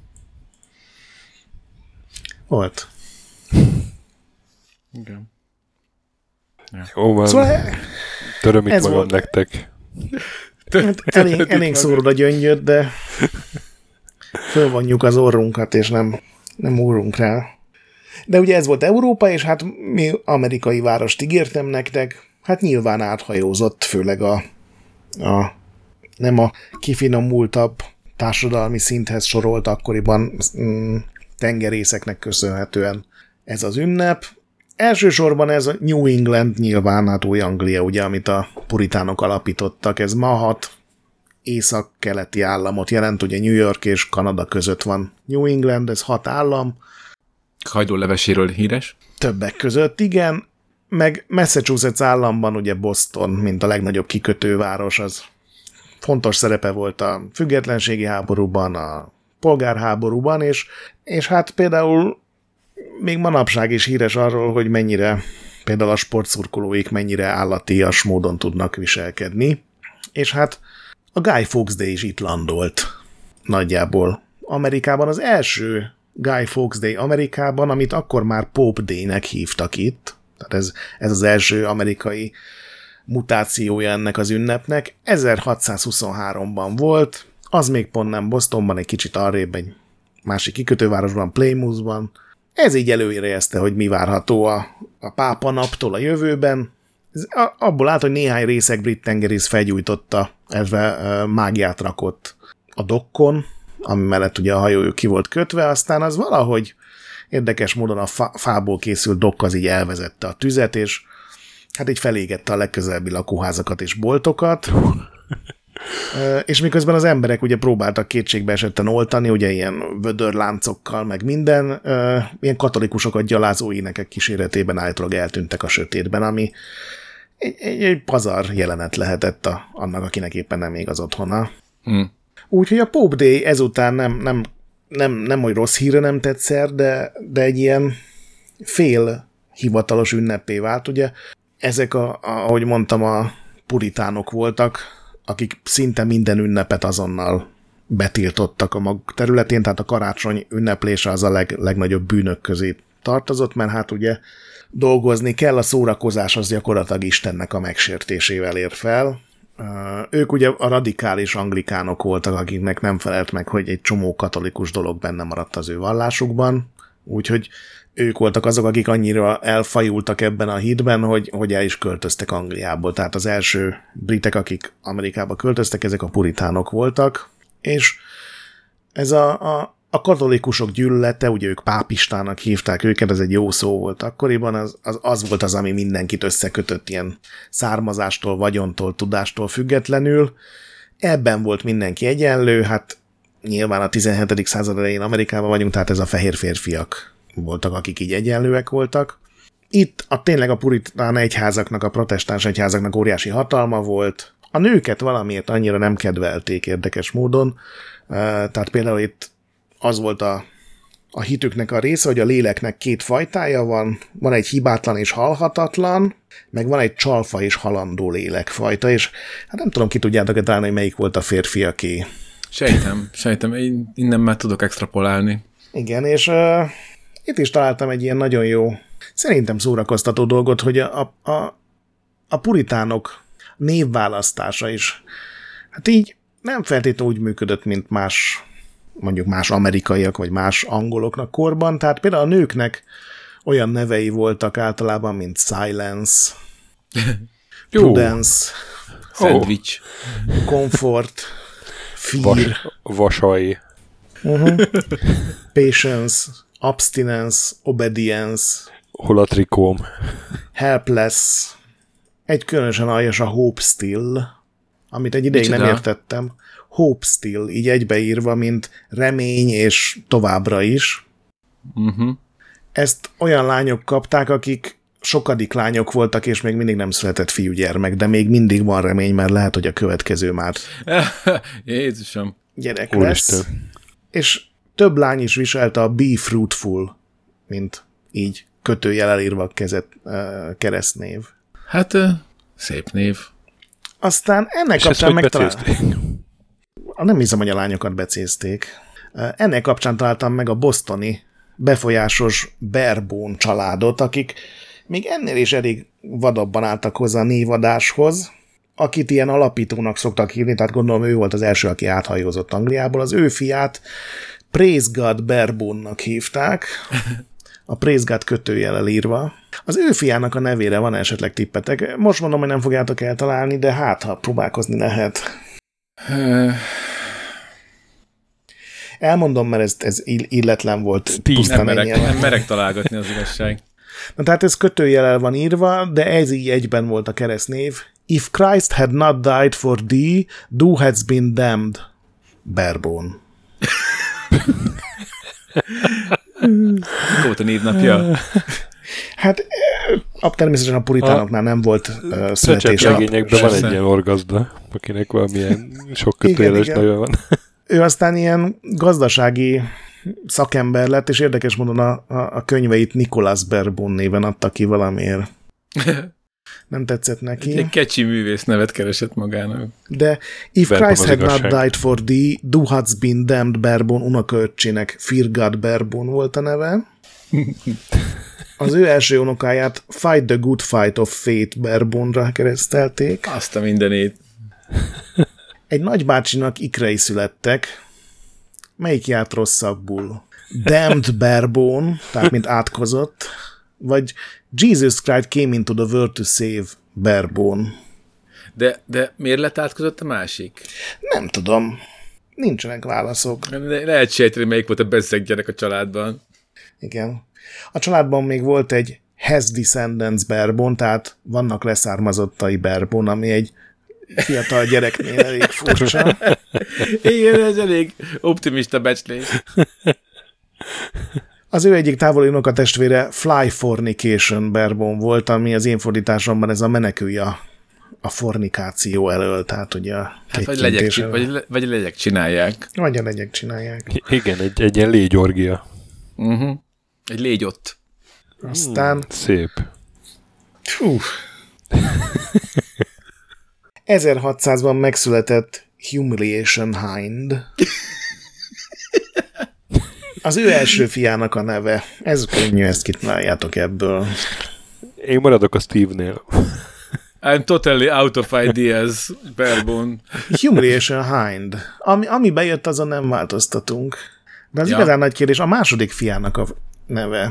Volt. Igen. Ja. Jó van. Szóval töröm itt magam volt. Nektek. Elénk szórod a gyöngyöt, de fölvonjuk az orrunkat, és nem úrunk rá. De ugye ez volt Európa, és hát mi amerikai várost ígértem nektek, hát nyilván áthajózott, főleg nem a kifinomultabb társadalmi szinthez sorolt akkoriban tengerészeknek köszönhetően ez az ünnep. Elsősorban ez a New England, nyilván hát Új-Anglia, ugye, amit a puritánok alapítottak, ez ma 6 észak-keleti államot jelent, ugye New York és Kanada között van New England, ez 6 állam. Hajdóleveséről híres. Többek között, igen, meg Massachusetts államban ugye Boston, mint a legnagyobb kikötőváros, az fontos szerepe volt a függetlenségi háborúban, a polgárháborúban, és hát például még manapság is híres arról, hogy mennyire, például a sportszurkolóik mennyire állatias módon tudnak viselkedni, és hát a Guy Fawkes Day is itt landolt nagyjából. Amerikában az első Guy Fawkes Day Amerikában, amit akkor már Pope Day-nek hívtak itt, tehát ez az első amerikai mutációja ennek az ünnepnek, 1623-ban volt, az még pont nem Bostonban, egy kicsit arrébb, egy másik kikötővárosban, Plymouthban. Ez így előérezte, hogy mi várható a pápa naptól a jövőben. Ez abból állt, hogy néhány részeg brit tengerész felgyújtotta, illetve mágiát rakott a dokkon, ami mellett ugye a hajó ki volt kötve, aztán az valahogy érdekes módon a fából készült dokk az így elvezette a tüzet, és hát így felégette a legközelebbi lakóházakat és boltokat. És miközben az emberek ugye próbáltak kétségbe esetten oltani, ugye ilyen vödörláncokkal, meg minden, ilyen katolikusokat gyalázó énekek kíséretében állítólag eltűntek a sötétben, ami egy pazar jelenet lehetett annak, akinek éppen nem még az otthona. Úgyhogy a Pope Day ezután nem hogy rossz hírre nem tetszett, de egy ilyen fél hivatalos ünnepé vált. Ugye ezek, ahogy mondtam, a puritánok voltak, akik szinte minden ünnepet azonnal betiltottak a maguk területén, tehát a karácsony ünneplése az a legnagyobb bűnök közé tartozott, mert hát ugye dolgozni kell, a szórakozás az gyakorlatilag Istennek a megsértésével ér fel. Ők ugye a radikális anglikánok voltak, akiknek nem felelt meg, hogy egy csomó katolikus dolog benne maradt az ő vallásukban, úgyhogy ők voltak azok, akik annyira elfajultak ebben a hitben, hogy el is költöztek Angliából. Tehát az első britek, akik Amerikába költöztek, ezek a puritánok voltak, és ez a katolikusok gyűlölete, ugye ők pápistának hívták őket, ez egy jó szó volt akkoriban, az volt az, ami mindenkit összekötött ilyen származástól, vagyontól, tudástól függetlenül. Ebben volt mindenki egyenlő, hát nyilván a 17. század elején Amerikában vagyunk, tehát ez a fehér férfiak voltak, akik így egyenlőek voltak. Itt tényleg a puritán egyházaknak, a protestáns egyházaknak óriási hatalma volt. A nőket valamiért annyira nem kedvelték érdekes módon, tehát például itt az volt a hitüknek a része, hogy a léleknek két fajtája van, van egy hibátlan és halhatatlan, meg van egy csalfa és halandó lélekfajta, és hát nem tudom, ki tudjátok-e találni, hogy melyik volt a férfiaké. Sejtem, én innen már tudok extrapolálni. Igen, és itt is találtam egy ilyen nagyon jó, szerintem szórakoztató dolgot, hogy a puritánok névválasztása is, hát így nem feltétlenül úgy működött, mint mondjuk más amerikaiak, vagy más angoloknak korban, tehát például a nőknek olyan nevei voltak általában, mint Silence, Prudence, Sandwich, Comfort, Fear, Vasai, Patience, Abstinence, Obedience, hol a trikóm, Helpless, egy különösen aljas a Hope Still, amit egy ideig nem értettem. Hope Still, így egybeírva, mint remény és továbbra is. Ezt olyan lányok kapták, akik sokadik lányok voltak, és még mindig nem született fiúgyermek, de még mindig van remény, mert lehet, hogy a következő már Jézusom. gyerek lesz. És több lány is viselte a Be Fruitful, mint így kötőjellel írva keresztnév. Hát szép név. Aztán ennek kapcsán megtaláltam. Nem hiszem, hogy a lányokat becézték. Ennek kapcsán találtam meg a bostoni befolyásos Barebone családot, akik még ennél is elég vadabban álltak hozzá a névadáshoz, akit ilyen alapítónak szoktak hívni, tehát gondolom ő volt az első, aki áthajózott Angliából. Az ő fiát Praise God Barebone-nak hívták, a Praise God kötőjellel írva. Az ő fiának a nevére van esetleg tippetek. Most mondom, hogy nem fogjátok eltalálni, de hát, ha próbálkozni lehet. Elmondom, mert ez illetlen volt. Nem merek találgatni, az igazság. Na tehát ez kötőjellel van írva, de ez így egyben volt a keresztnév. If Christ had not died for thee, thou hadst been damned. Barebone. Mikor volt a névnapja? Hát természetesen a puritánoknál nem volt születés. Regényekben van egy ilyen orgazda, akinek valamilyen sok kötőjeles neve van. Ő aztán ilyen gazdasági szakember lett, és érdekes módon a könyveit Nicholas Barebone néven adta ki valamiért. Nem tetszett neki. Egy kecsi művész nevet keresett magának. De If Christ had not died for thee, thou hadst been damned Barebone unokaöccsének Fear God Barebone volt a neve. Az ő első unokáját Fight the Good Fight of Faith Barebone-ra keresztelték. Azt a mindenét. Egy nagybácsinak ikrei születtek. Melyik járt rosszabbul? Damned Barebone, tehát mint átkozott, vagy Jesus Christ came into the world to save Barebone. De miért lett átkozott a másik? Nem tudom. Nincsenek válaszok. Lehet sejteni, melyik volt a bezzeg gyerek a családban. Igen. A családban még volt egy has descendants Barebone, tehát vannak leszármazottai Barebone, ami egy fiatal gyereknél elég furcsa. Igen, ez elég optimista becslés. Az ő egyik távoli unokatestvére Fly Fornication Barebone volt, ami az én fordításomban ez a menekülj a fornikáció elől, tehát ugye hát vagy legyek csinálják. Vagy a legyek csinálják. Igen, egy ilyen légyorgia. Egy légy ott. Aztán... Szép. 1600-ban megszületett Humiliation Hind. Az ő első fiának a neve. Ez könnyű, ezt kitaláljátok ebből. Én maradok a Steve-nél. I'm totally out of ideas, Barebone. Humiliation Hind. Ami bejött, azon nem változtatunk. De az igazán nagy kérdés, a második fiának a neve.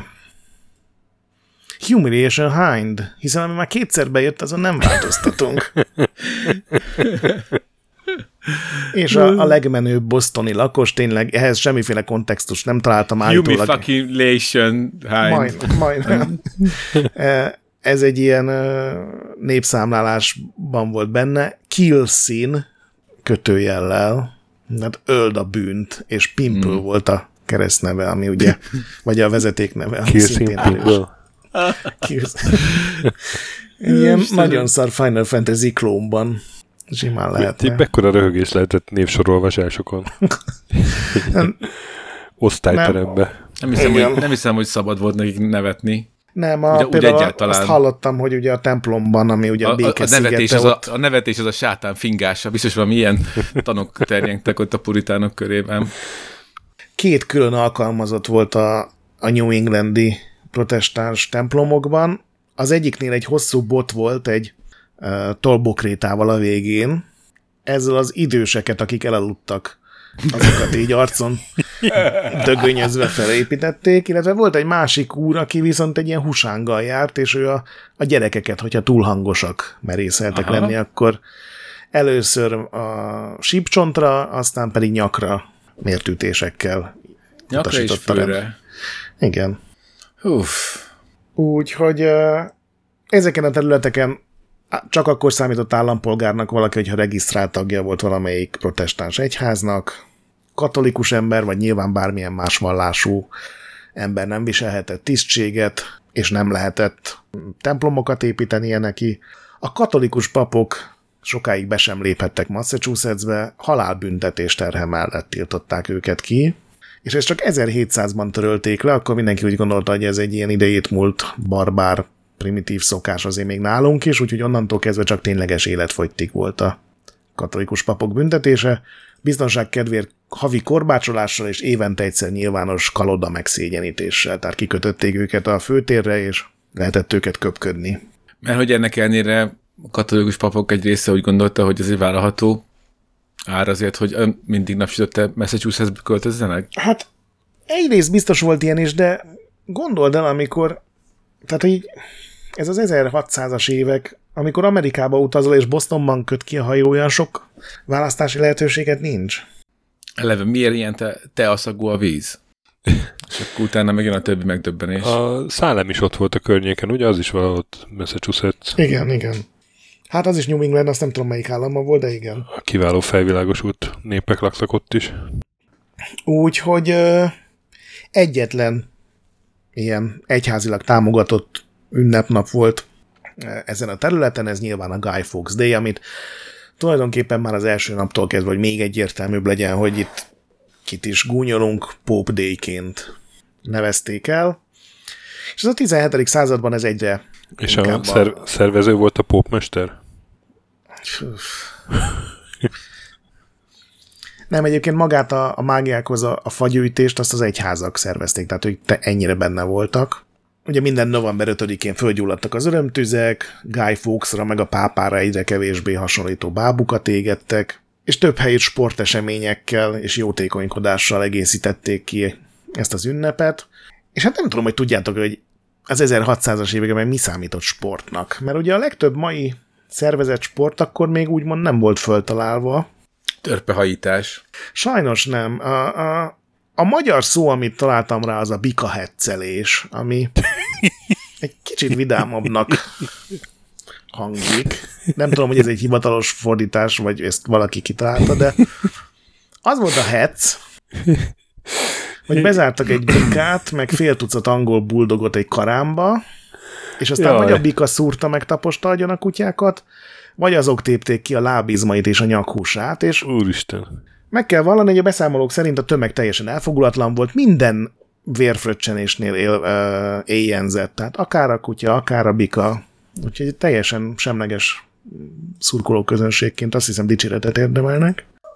Humiliation Hind. Hiszen ami már kétszer bejött, azon nem változtatunk. És a legmenőbb bostoni lakos, tényleg ehhez semmiféle kontextus nem találtam állítólag. Humiliation Hind. Majdnem. Ez egy ilyen népszámlálásban volt benne. Kill Sin kötőjellel, hát öld a bűnt, és Pimple volt a keresztneve, ami ugye, vagy a vezetékneve. Kill Sin Pimple. Ilyen nagyon szar Final Fantasy klónban. Zsimán lehetne. Mekkora röhögés lehetett névsorolvasásokon. Osztályterembe. Nem hiszem, hogy szabad volt nekik nevetni. Nem, például azt hallottam, hogy ugye a templomban, ami ugye a békeszigete ott... A nevetés az a sátán fingása. Biztos valami ilyen tanok terjengtek ott a puritánok körében. 2 külön alkalmazott volt a New Englandi protestáns templomokban. Az egyiknél egy hosszú bot volt, egy tolbokrétával a végén. Ezzel az időseket, akik elaludtak, azokat így arcon dögönyözve felépítették, illetve volt egy másik úr, aki viszont egy ilyen husánggal járt, és ő a gyerekeket, hogyha túl hangosak merészeltek lenni, akkor először a sípcsontra, aztán pedig nyakra mértütésekkel utasította le. Igen. Úgyhogy ezeken a területeken csak akkor számított állampolgárnak valaki, hogyha regisztrált tagja volt valamelyik protestáns egyháznak, katolikus ember, vagy nyilván bármilyen más vallású ember nem viselhetett tisztséget, és nem lehetett templomokat építenie neki. A katolikus papok sokáig be sem léphettek Massachusettsbe, halálbüntetés terhe mellett tiltották őket ki, és ezt csak 1700-ban törölték le, akkor mindenki úgy gondolta, hogy ez egy ilyen idejét múlt barbár primitív szokás azért még nálunk is, úgyhogy onnantól kezdve csak tényleges életfogytig volt a katolikus papok büntetése. Biztonság kedvéért havi korbácsolással és évente egyszer nyilvános kaloda megszégyenítéssel, tehát kikötötték őket a főtérre, és lehetett őket köpködni. Mert hogy ennek ellenére a katolikus papok egy része úgy gondolta, hogy ez egy vállalható ár azért, hogy mindig napsütötte Massachusettsbe költözzenek? Hát egyrészt biztos volt ilyen is, de gondold el, amikor, tehát így ez az 1600-as évek, amikor Amerikába utazol és Bostonban köt ki a hajó, olyan sok választási lehetőséget nincs. Eleve miért ilyen teaszagú a víz? És akkor utána megjön a többi megdöbbenés. A Salem is ott volt a környéken, ugye? Az is valahogy Massachusetts. Igen. Hát az is New England, azt nem tudom melyik államban volt, de igen. A kiváló felvilágosult népek laktak ott is. Úgyhogy egyetlen ilyen egyházilag támogatott ünnepnap volt ezen a területen, ez nyilván a Guy Fawkes Day, amit tulajdonképpen már az első naptól kezdve, hogy még egyértelműbb legyen, hogy itt kit is gúnyolunk, Pope Day-ként nevezték el. És az a 17. században ez egyre és a szervező volt a pópmester? Nem, egyébként magát a mágiákhoz a fagyűjtést azt az egyházak szervezték, tehát hogy ennyire benne voltak. Ugye minden november 5-én fölgyulladtak az örömtüzek, Guy Fawkesra meg a pápára egyre kevésbé hasonlító bábukat égettek, és több helyütt sporteseményekkel és jótékonykodással egészítették ki ezt az ünnepet. És hát nem tudom, hogy tudjátok, hogy az 1600-as években mi számított sportnak, mert ugye a legtöbb mai szervezett sport akkor még úgymond nem volt föltalálva. Törpehajítás. Sajnos nem. A magyar szó, amit találtam rá, az a bikahetszelés, ami egy kicsit vidámabbnak hangzik. Nem tudom, hogy ez egy hivatalos fordítás, vagy ezt valaki kitalálta, de az volt a hetz, hogy bezártak egy bikát, meg fél tucat angol buldogot egy karámba, és aztán vagy a bika szúrta meg taposta agyon a kutyákat, vagy azok tépték ki a lábizmait és a nyakhúsát, és Úristen. meg kell vallani, hogy a beszámolók szerint a tömeg teljesen elfogulatlan volt, minden vérfröccsenésnél éjjenzett, tehát akár a kutya, akár a bika, úgyhogy teljesen semleges szurkolóközönségként azt hiszem dicséretet érdemelnek.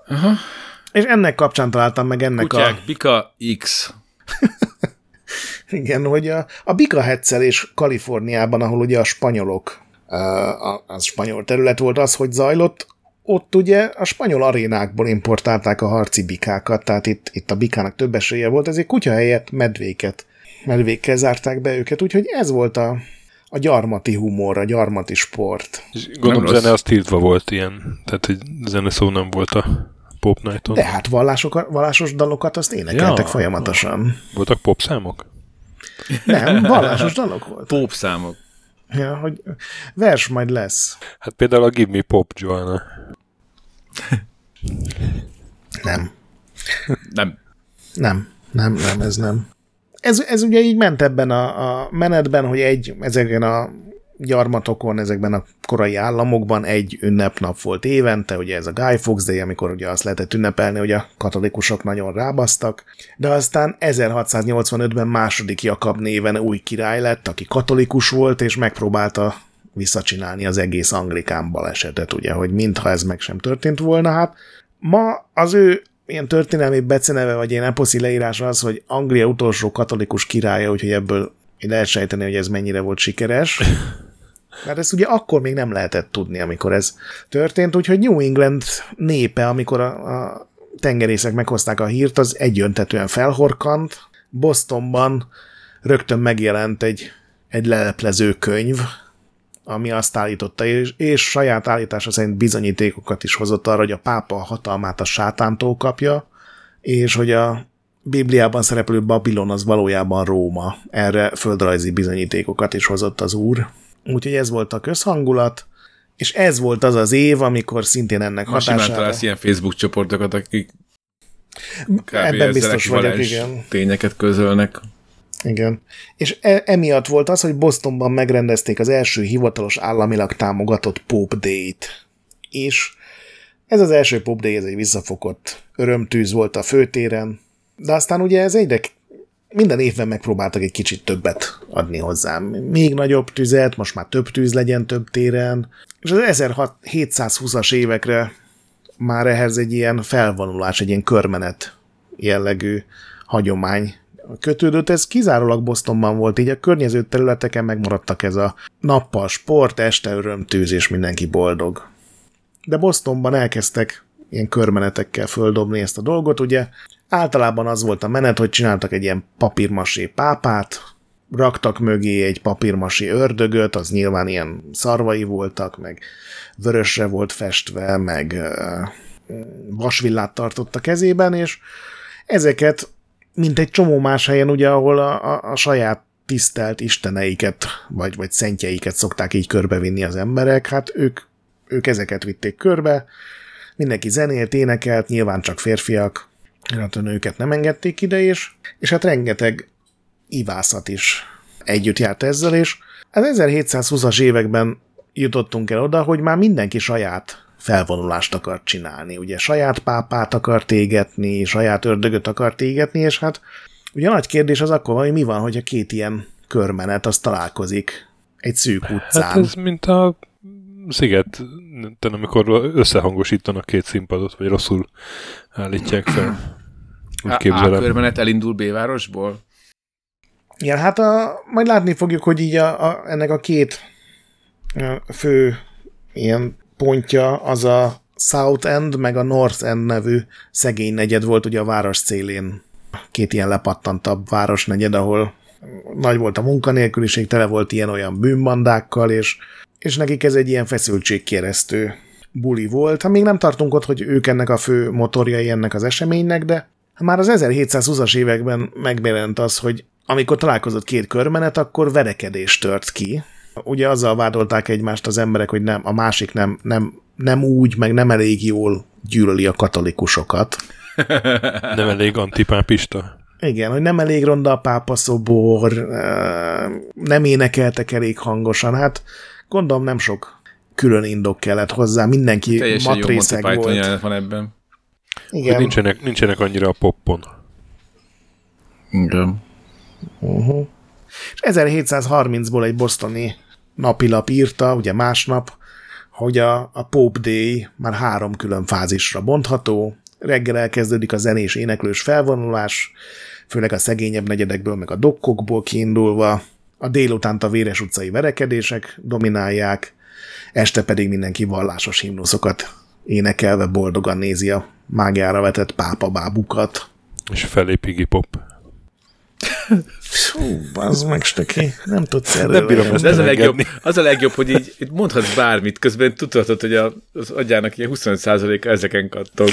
Aha. És ennek kapcsán találtam meg ennek Kutyák, Bika X. Igen, hogy a Bika heccelés Kaliforniában, ahol ugye a spanyolok, az spanyol terület volt az, hogy zajlott, ott ugye a spanyol arénákból importálták a harci bikákat, tehát itt a bikának több esélye volt, ezért kutya helyett medvékkel zárták be őket, úgyhogy ez volt a gyarmati humor, a gyarmati sport. És gondolom zene az tiltva volt ilyen, tehát egy zene szó nem volt a Pop Night-on. De hát vallásos dalokat azt énekeltek folyamatosan. Voltak popszámok? Nem, vallásos dalok voltak. Popszámok. Ja, hogy vers majd lesz. Hát például a Give Me Pop, Joanna. Nem. Nem. Nem, ez nem. Ez ugye így ment ebben a menetben, hogy ezeken a gyarmatokon, ezekben a korai államokban egy ünnepnap volt évente, ugye ez a Guy Fawkes Day, amikor ugye azt lehetett ünnepelni, hogy a katolikusok nagyon rábasztak, de aztán 1685-ben második Jakab néven új király lett, aki katolikus volt, és megpróbálta visszacsinálni az egész anglikán balesetet, ugye, hogy mintha ez meg sem történt volna. Hát ma az ő ilyen történelmi beceneve, vagy ilyen eposzi leírása az, hogy Anglia utolsó katolikus királya, úgyhogy ebből lehet sejteni, hogy ez mennyire volt sikeres. Mert ezt ugye akkor még nem lehetett tudni, amikor ez történt, úgyhogy New England népe, amikor a tengerészek meghozták a hírt, az egyöntetően felhorkant. Bostonban rögtön megjelent egy leleplező könyv, ami azt állította, és saját állítása szerint bizonyítékokat is hozott arra, hogy a pápa a hatalmát a sátántól kapja, és hogy a Bibliában szereplő Babilon az valójában Róma. Erre földrajzi bizonyítékokat is hozott az úr. Úgyhogy ez volt a közhangulat, és ez volt az az év, amikor szintén ennek hatására... Most találsz ilyen Facebook csoportokat, akik ebben biztos vagyok, igen. Tényeket közölnek. Igen. És emiatt volt az, hogy Bostonban megrendezték az első hivatalos államilag támogatott Pope Day-t. És ez az első Pope Day, ez egy visszafogott örömtűz volt a főtéren, de aztán ugye ez minden évben megpróbáltak egy kicsit többet adni hozzá. Még nagyobb tüzet, most már több tűz legyen több téren, és az 1720-as évekre már ehhez egy ilyen felvonulás, egy ilyen körmenet jellegű hagyomány kötődött. Ez kizárólag Bostonban volt, így a környező területeken megmaradtak ez a nappal sport, este örömtűz, és mindenki boldog. De Bostonban elkezdtek ilyen körmenetekkel földobni ezt a dolgot, ugye általában az volt a menet, hogy csináltak egy ilyen papírmasé pápát, raktak mögé egy papírmasé ördögöt, az nyilván ilyen szarvai voltak, meg vörösre volt festve, meg vasvillát tartott a kezében, és ezeket, mint egy csomó más helyen, ugye, ahol a saját tisztelt isteneiket, vagy szentjeiket szokták így körbevinni az emberek, hát ők ezeket vitték körbe, mindenki zenélt, énekelt, nyilván csak férfiak, a nőket nem engedték ide, és hát rengeteg ivászat is együtt járt ezzel, és az 1720-as években jutottunk el oda, hogy már mindenki saját felvonulást akart csinálni, ugye saját pápát akart égetni, saját ördögöt akart égetni, és hát ugye a nagy kérdés az akkor van, hogy mi van, hogy a két ilyen körmenet az találkozik egy szűk utcán. Hát ez mint a Szigeten, amikor összehangosítanak két színpadot, vagy rosszul állítják fel. Úgy képzelem. A körmenet elindul B-városból? Igen, hát majd látni fogjuk, hogy így ennek a két fő ilyen pontja az a South End, meg a North End nevű szegény negyed volt ugye a város szélén. Két ilyen lepattantabb városnegyed, ahol nagy volt a munkanélküliség, tele volt ilyen-olyan bűnbandákkal, és nekik ez egy ilyen feszültségkieresztő buli volt. Hát még nem tartunk ott, hogy ők ennek a fő motorjai ennek az eseménynek, de már az 1720-as években megjelent az, hogy amikor találkozott két körmenet, akkor verekedés tört ki. Ugye azzal vádolták egymást az emberek, hogy a másik nem úgy, meg nem elég jól gyűlöli a katolikusokat. Nem elég antipápista. Igen, hogy nem elég ronda a pápaszobor, nem énekeltek elég hangosan. Hát gondolom nem sok külön indok kellett hozzá, mindenki teljesen matrészeg volt. Teljesen jó Monty Python van ebben. Igen. Nincsenek annyira a poppon. Igen. Uh-huh. És 1730-ból egy bostoni napilap írta, ugye másnap, hogy a Pope Day már 3 külön fázisra bontható, reggel elkezdődik a zenés éneklős felvonulás, főleg a szegényebb negyedekből, meg a dokkokból kiindulva, a délutánt a véres utcai verekedések dominálják, este pedig mindenki vallásos himnuszokat énekelve boldogan nézi a mágiára vetett pápabábukat. És felép Iggy Pop. Hú, bazd meg, stöki, nem tudsz erről. Nem bírom ezt az a legjobb, hogy így mondhatsz bármit, közben tudhatod, hogy az agyának ilyen 25%-a ezeken kattog.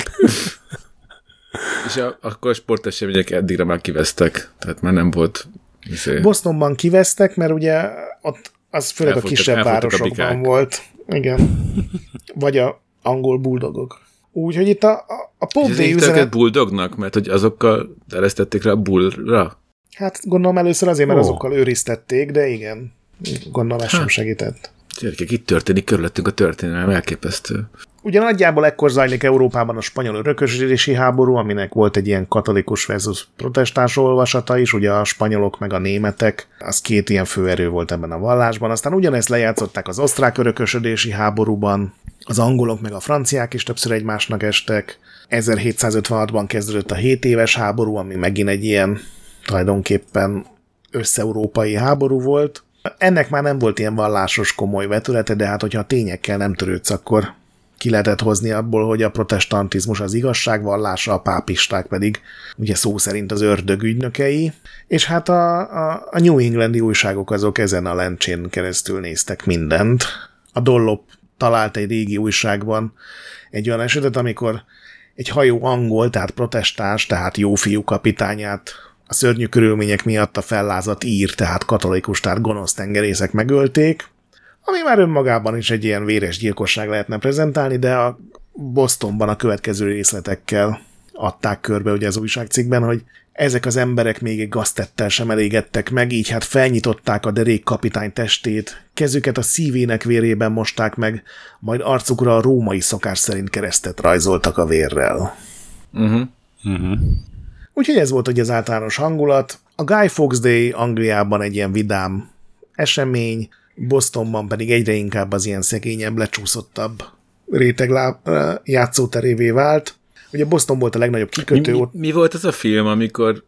És akkor a sportesemények eddigre már kivesztek, tehát már nem volt... Bostonban kivesztek, mert ugye ott az főleg a kisebb városokban volt. Igen. Vagy a angol bulldogok. Úgyhogy itt a Pope Day üzenet... bulldognak? Mert hogy azokkal eresztették rá a bullra? Hát gondolom először azért, mert azokkal őriztették, de igen. Gondolom ez sem segített. Gyerekek, itt történik körülöttünk a történelem, elképesztő. Ugye nagyjából ekkor zajlik Európában a spanyol örökösödési háború, aminek volt egy ilyen katolikus versus protestáns olvasata is, ugye a spanyolok meg a németek, az 2 ilyen főerő volt ebben a vallásban. Aztán ugyanezt lejátszották az osztrák örökösödési háborúban, az angolok meg a franciák is többször egymásnak estek. 1756-ban kezdődött a 7 éves háború, ami megint egy ilyen tulajdonképpen összeurópai háború volt. Ennek már nem volt ilyen vallásos komoly vetülete, de hát hogyha a tényekkel nem törődsz, akkor ki lehetett hozni abból, hogy a protestantizmus az igazság vallása, a pápisták pedig ugye szó szerint az ördög ügynökei, és hát a New Englandi újságok azok ezen a lencsén keresztül néztek mindent. A Dollop talált egy régi újságban egy olyan esetet, amikor egy hajó angol, tehát protestáns, tehát jófiú kapitányát a szörnyű körülmények miatt a fellázadt ír, tehát katolikus, tehát gonosz tengerészek megölték, ami már önmagában is egy ilyen véres gyilkosság lehetne prezentálni, de a Bostonban a következő részletekkel adták körbe ugye az újságcikkben, hogy ezek az emberek még egy gaztettel sem elégedtek meg, így hát felnyitották a derék kapitány testét, kezüket a szívének vérében mosták meg, majd arcukra a római szokás szerint keresztet rajzoltak a vérrel. Úgyhogy ez volt ugye az általános hangulat. A Guy Fawkes Day Angliában egy ilyen vidám esemény, Bostonban pedig egyre inkább az ilyen szegényebb, lecsúszottabb réteg játszóterévé vált. Ugye Boston volt a legnagyobb kikötő. Mi volt az a film, amikor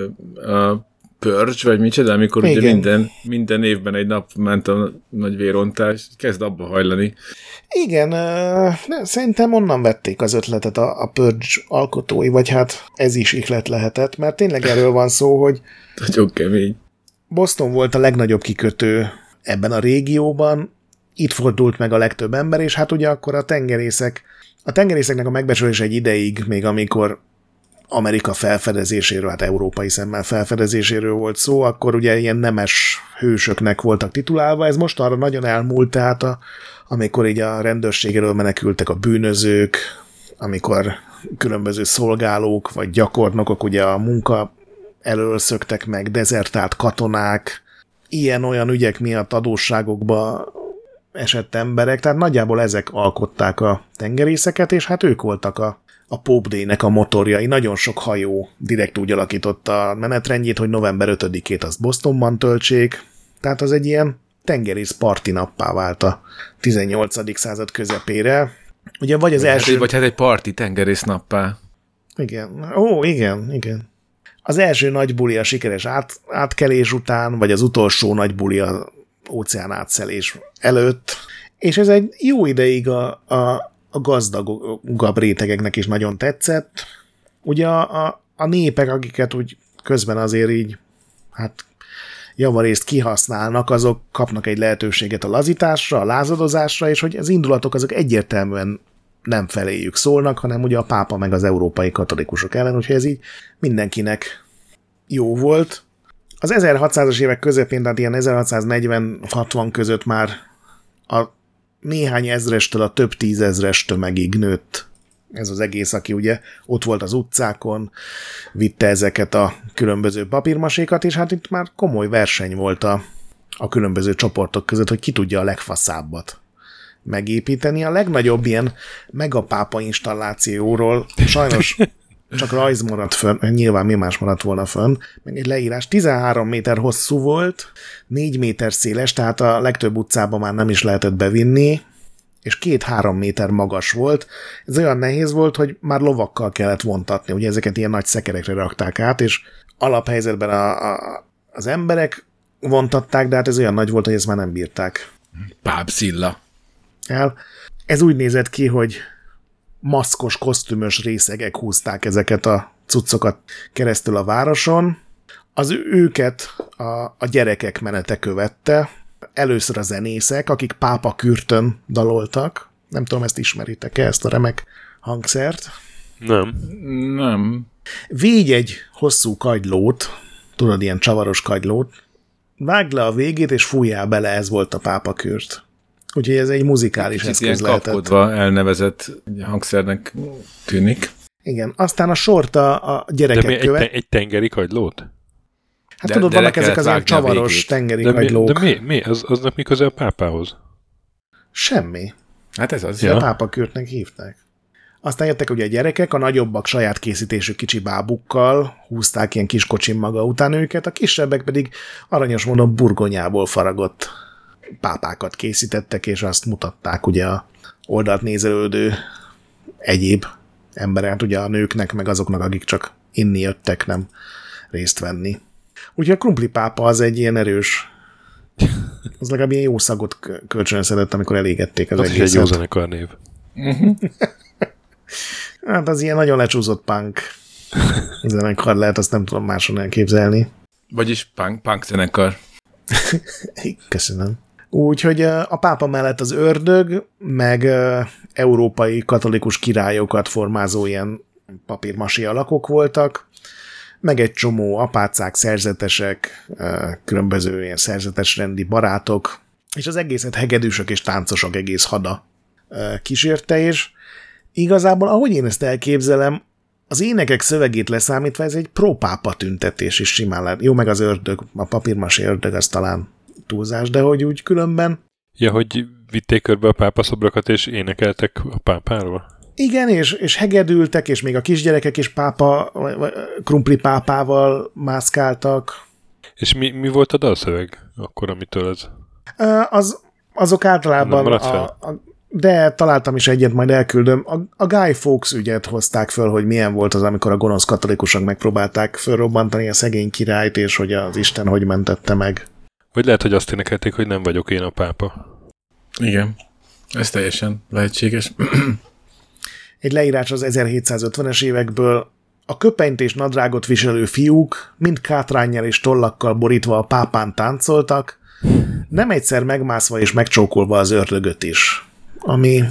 a Purge, vagy micsoda, amikor ugye minden évben egy nap ment a nagy vérontás, kezd abba hajlani. Igen, szerintem onnan vették az ötletet a Purge alkotói, vagy hát ez is ihlet lehetett, mert tényleg erről van szó, hogy nagyon kemény. Boston volt a legnagyobb kikötő ebben a régióban, itt fordult meg a legtöbb ember, és hát ugye akkor a tengerészeknek a megbecsülése egy ideig, még amikor Amerika felfedezéséről, hát európai szemmel felfedezéséről volt szó, akkor ugye ilyen nemes hősöknek voltak titulálva, ez most arra nagyon elmúlt, tehát amikor így a rendőrségről menekültek a bűnözők, amikor különböző szolgálók vagy gyakornokok ugye a munka elől szöktek meg, dezertált katonák, ilyen-olyan ügyek miatt adósságokba esett emberek, tehát nagyjából ezek alkották a tengerészeket, és hát ők voltak a Pope Day-nek a motorjai. Nagyon sok hajó direkt úgy alakította a menetrendjét, hogy november 5-ét azt Bostonban töltsék, tehát az egy ilyen tengerész parti nappá vált a 18. század közepére. Ugye vagy az első... Vagy hát egy parti tengerész nappá. Igen. Igen. Az első nagy buli a sikeres átkelés után, vagy az utolsó nagy buli a óceán átszelés előtt, és ez egy jó ideig a gazdagabb rétegeknek is nagyon tetszett. Ugye a népek, akiket úgy közben azért így, hát javarészt kihasználnak, azok kapnak egy lehetőséget a lazításra, a lázadozásra, és hogy az indulatok azok egyértelműen nem feléjük szólnak, hanem ugye a pápa meg az európai katolikusok ellen, úgyhogy ez így mindenkinek jó volt. Az 1600-as évek közepén, tehát ilyen 1640-60 között már a néhány ezrestől a több tízezres tömegig nőtt ez az egész, aki ugye ott volt az utcákon, vitte ezeket a különböző papírmasékat, és hát itt már komoly verseny volt a különböző csoportok között, hogy ki tudja a legfaszábbat megépíteni. A legnagyobb ilyen megapápa installációról sajnos csak rajz maradt fönn, nyilván mi más maradt volna fönn, meg egy leírás 13 méter hosszú volt, 4 méter széles, tehát a legtöbb utcába már nem is lehetett bevinni, és 2-3 méter magas volt. Ez olyan nehéz volt, hogy már lovakkal kellett vontatni, ugye ezeket ilyen nagy szekerekre rakták át, és alaphelyzetben az emberek vontatták, de hát ez olyan nagy volt, hogy ezt már nem bírták. Pápszilla. Ez úgy nézett ki, hogy maszkos, kosztümös részegek húzták ezeket a cuccokat keresztül a városon. Az őket a gyerekek menete követte. Először a zenészek, akik Pápa Kürtön daloltak. Nem tudom, ezt ismeritek-e, ezt a remek hangszert? Nem. Végy egy hosszú kagylót, tudod, ilyen csavaros kagylót, vágd le a végét, és fújjál bele, ez volt a Pápa Kürt. Úgyhogy ez egy muzikális eszköz lehetett. Kapkodva elnevezett hangszernek tűnik. Igen, aztán a sort a gyerekek követ. Egy tengeri kagylót? Hát tudod, vannak ezek az ilyen csavaros tengeri kagylók. De mi? Aznak mi köze a pápához? Semmi. Hát ez az. Ja. A Pápa Kürtnek hívták. Aztán jöttek ugye a gyerekek, a nagyobbak saját készítésű kicsi bábukkal húzták ilyen kis kocsin maga után őket, a kisebbek pedig aranyos módon burgonyából faragott pápákat készítettek, és azt mutatták ugye a oldalt nézelődő egyéb emberek, ugye a nőknek, meg azoknak, akik csak inni jöttek, nem részt venni. Úgyhogy a Krumpli pápa az egy ilyen erős, az legalább ilyen jó szagot kölcsönözhetett, amikor elégették az egészet. Ez egy jó zenekarnév. Hát az ilyen nagyon lecsúszott punk zenekar lehet, azt nem tudom máson elképzelni. Vagyis punk zenekar. Köszönöm. Úgyhogy a pápa mellett az ördög, meg európai katolikus királyokat formázó ilyen papírmasi alakok voltak, meg egy csomó apácák, szerzetesek, különböző ilyen szerzetesrendi barátok, és az egészet hegedűsök és táncosok egész hada kísérte, és igazából, ahogy én ezt elképzelem, az énekek szövegét leszámítva ez egy pro-pápa tüntetés is simán lehet. Jó, meg az ördög, a papírmasi ördög, az talán túlzás, de hogy úgy különben. Ja, hogy vitték körbe a pápaszobrokat, és énekeltek a pápáról? Igen, és hegedültek, és még a kisgyerekek is Krumpli pápával mászkáltak. És mi volt a dalszöveg akkor, amitől ez? Azok általában de találtam is egyet, majd elküldöm. A Guy Fawkes ügyet hozták föl, hogy milyen volt az, amikor a gonosz katolikusok megpróbálták fölrobbantani a szegény királyt, és hogy az Isten hogy mentette meg. Vagy lehet, hogy azt énekelték, hogy nem vagyok én a pápa. Igen, ez teljesen lehetséges. Egy leírás az 1750-es évekből. A köpenyt és nadrágot viselő fiúk mind kátránnyal és tollakkal borítva a pápán táncoltak, nem egyszer megmászva és megcsókolva az ördögöt is. Ami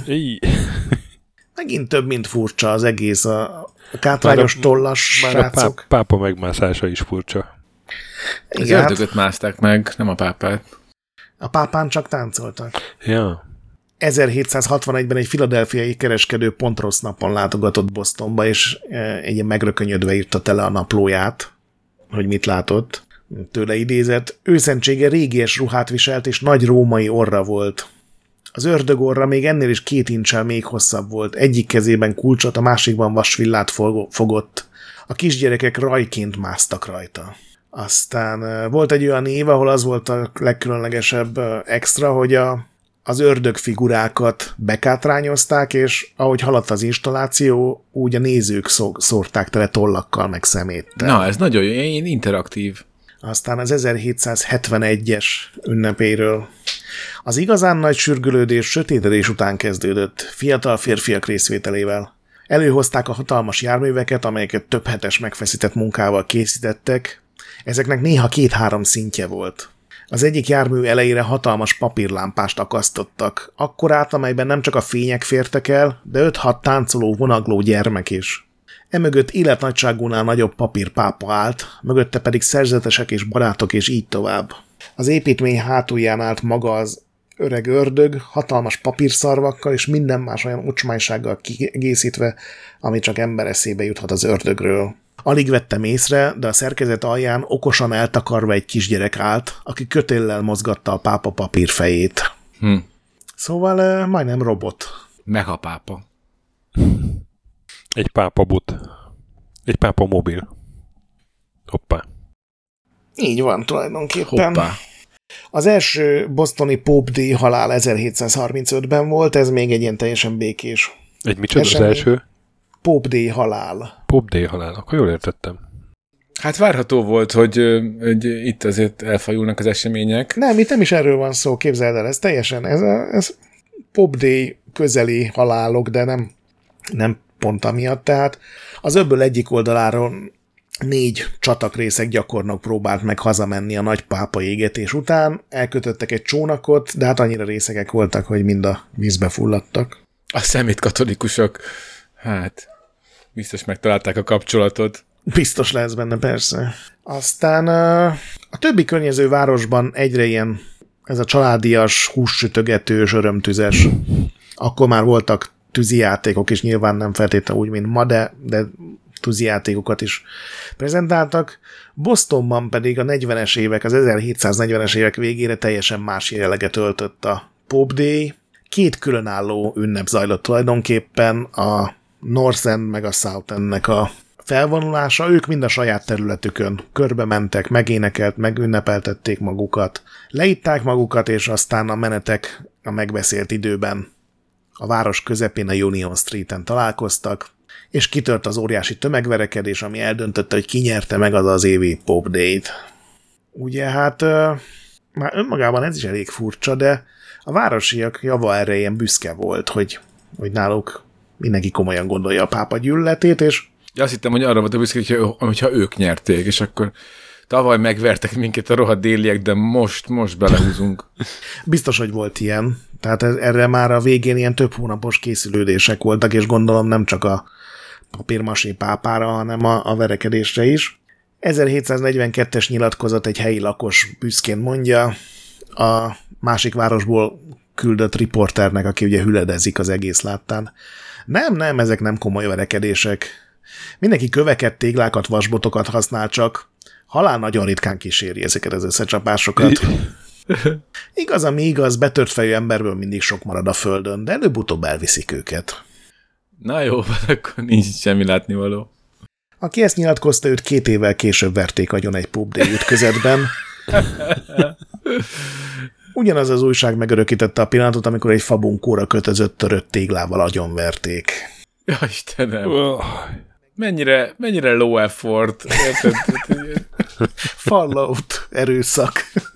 megint több, mint furcsa az egész, a kátrányos tollas srácok. A pápa megmászása is furcsa. Az ördögöt mászták meg, nem a pápát. A pápán csak táncoltak. Ja. 1761-ben egy filadelfiai kereskedő pont rossz napon látogatott Bostonba, és egy ilyen megrökönyödve írta tele a naplóját, hogy mit látott. Tőle idézett, őszentsége régies ruhát viselt, és nagy római orra volt. Az ördög orra még ennél is 2 incsel még hosszabb volt. Egyik kezében kulcsot, a másikban vasvillát fogott. A kisgyerekek rajként másztak rajta. Aztán volt egy olyan év, ahol az volt a legkülönlegesebb extra, hogy az ördög figurákat bekátrányozták, és ahogy haladt az installáció, úgy a nézők szórták tele tollakkal, meg szeméttel. Na, ez nagyon jó, interaktív. Aztán az 1771-es ünnepéről. Az igazán nagy sürgülődés sötétedés után kezdődött, fiatal férfiak részvételével. Előhozták a hatalmas járműveket, amelyeket több hetes megfeszített munkával készítettek. Ezeknek néha 2-3 szintje volt. Az egyik jármű elejére hatalmas papírlámpást akasztottak, akkorát, amelyben nem csak a fények fértek el, de 5-6 táncoló, vonagló gyermek is. Emögött életnagyságúnál nagyobb papírpápa állt, mögötte pedig szerzetesek és barátok, és így tovább. Az építmény hátulján állt maga az öreg ördög, hatalmas papírszarvakkal és minden más olyan ocsmánysággal kiegészítve, ami csak ember eszébe juthat az ördögről. Alig vettem észre, de a szerkezet alján okosan eltakarva egy kisgyerek állt, aki kötéllel mozgatta a pápa papírfejét. Szóval majdnem robot. Megapápa. Egy pápabot. Egy pápa mobil. Hoppá. Így van tulajdonképpen. Hoppá. Az első bostoni Pope Day halál 1735-ben volt, ez még egy ilyen teljesen békés. Egy micsoda az első? Pope Day halál. Pope Day halál, akkor jól értettem. Hát várható volt, hogy itt azért elfajulnak az események. Nem, itt nem is erről van szó, képzeld el, ez teljesen, ez Pope Day közeli halálok, de nem pont amiatt. Tehát az öbből egyik oldaláról 4 csatakrészek gyakornok próbált meg hazamenni a nagy pápa égetés után, elkötöttek egy csónakot, de hát annyira részegek voltak, hogy mind a vízbe fulladtak. A szemét katolikusok, hát biztos megtalálták a kapcsolatot. Biztos lesz benne, persze. Aztán a többi környező városban egyre ilyen ez a családias, hússütögetős, örömtüzes. Akkor már voltak tűzijátékok is, nyilván nem feltétlenül úgy, mint ma, de tűzijátékokat is prezentáltak. Bostonban pedig a 40-es évek, az 1740-es évek végére teljesen más jelleget öltött a Pope Day. 2 különálló ünnep zajlott tulajdonképpen, a North End meg a South Endnek a felvonulása, ők mind a saját területükön körbe mentek, megénekelt, megünnepeltették magukat, leitták magukat, és aztán a menetek a megbeszélt időben a város közepén a Union Streeten találkoztak, és kitört az óriási tömegverekedés, ami eldöntötte, hogy ki nyerte meg az évi Pope Day-t. Ugye hát már önmagában ez is elég furcsa, de a városiak java erre ilyen büszke volt, hogy náluk mindenki komolyan gondolja a pápa gyűlöletét, és azt hittem, hogy arra volt a büszke, hogyha ők nyerték, és akkor tavaly megvertek minket a rohadt déliek, de most belehúzunk. Biztos, hogy volt ilyen. Tehát erre már a végén ilyen több hónapos készülődések voltak, és gondolom nem csak a papírmasé pápára, hanem a verekedésre is. 1742-es nyilatkozat egy helyi lakos büszkén mondja, a másik városból küldött riporternek, aki ugye hüledezik az egész láttán. Nem, ezek nem komoly verekedések. Mindenki köveket, téglákat, vasbotokat használ, csak halál nagyon ritkán kíséri ezeket az összecsapásokat. Igaz, ami igaz, betört fejű emberből mindig sok marad a földön, de előbb-utóbb elviszik őket. Na jó, akkor nincs semmi látnivaló. Aki ezt nyilatkozta, őt 2 évvel később verték agyon egy Pope Day ütközetben. Ugyanaz az újság megörökítette a pillanatot, amikor egy fabunkóra kötözött törött téglával agyonverték. Ja, Istenem! Mennyire low effort. Fallout, erőszak.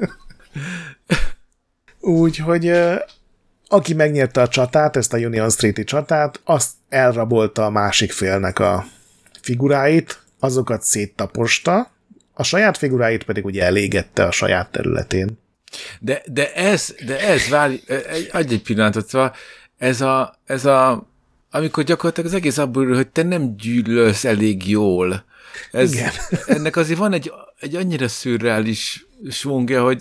Úgyhogy aki megnyerte a csatát, ezt a Union Street-i csatát, azt elrabolta a másik félnek a figuráit, azokat széttaposta, a saját figuráit pedig ugye elégette a saját területén. De ez várj, adj egy pillanatot, szóval ez a amikor gyakorlatilag az egész abból, hogy te nem gyűlölsz elég jól. Igen. Ennek azért van egy annyira szürreális svungja, hogy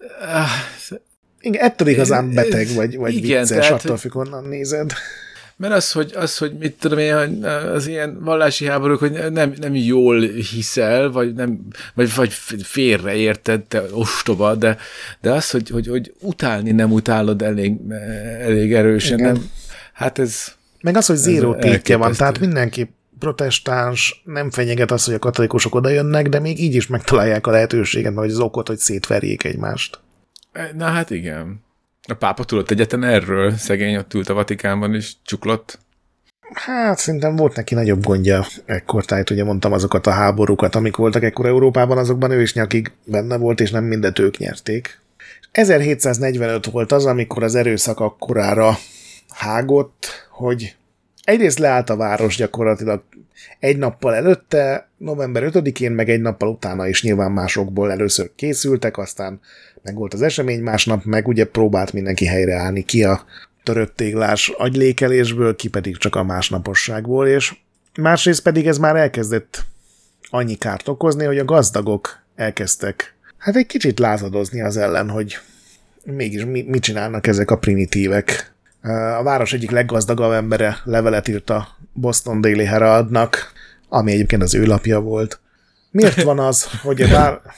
igen, ettől igazán beteg vagy igen, vicces, tehát, attól függ, honnan nézed. Mert az, hogy mit tudom én, az ilyen vallási háborúk, hogy nem jól hiszel, vagy félreérted, te ostoba, de az, hogy utálni nem utálod elég erősen, nem, hát ez... Meg az, hogy zéró tétje van, tehát mindenki protestáns, nem fenyeget az, hogy a katolikusok oda jönnek, de még így is megtalálják a lehetőséget, vagy az okot, hogy szétverjék egymást. Na hát igen. A pápa tudott egyetlen erről, szegény ott ült a Vatikánban is, csuklott. Hát szerintem volt neki nagyobb gondja ekkor, tehát ugye mondtam azokat a háborúkat, amik voltak ekkor Európában, azokban ő is nyakig benne volt, és nem mindet ők nyerték. 1745 volt az, amikor az erőszak akkorára hágott, hogy egyrészt leállt a város gyakorlatilag egy nappal előtte, november 5-én, meg egy nappal utána is nyilván másokból először készültek, aztán meg volt az esemény másnap, meg ugye próbált mindenki helyreállni, ki a törött téglás agylékelésből, ki pedig csak a másnaposságból, és másrészt pedig ez már elkezdett annyi kárt okozni, hogy a gazdagok elkezdtek hát egy kicsit lázadozni az ellen, hogy mégis mit csinálnak ezek a primitívek. A város egyik leggazdagabb embere levelet írt a Boston Daily Heraldnak, ami egyébként az ő lapja volt. Miért van az, hogy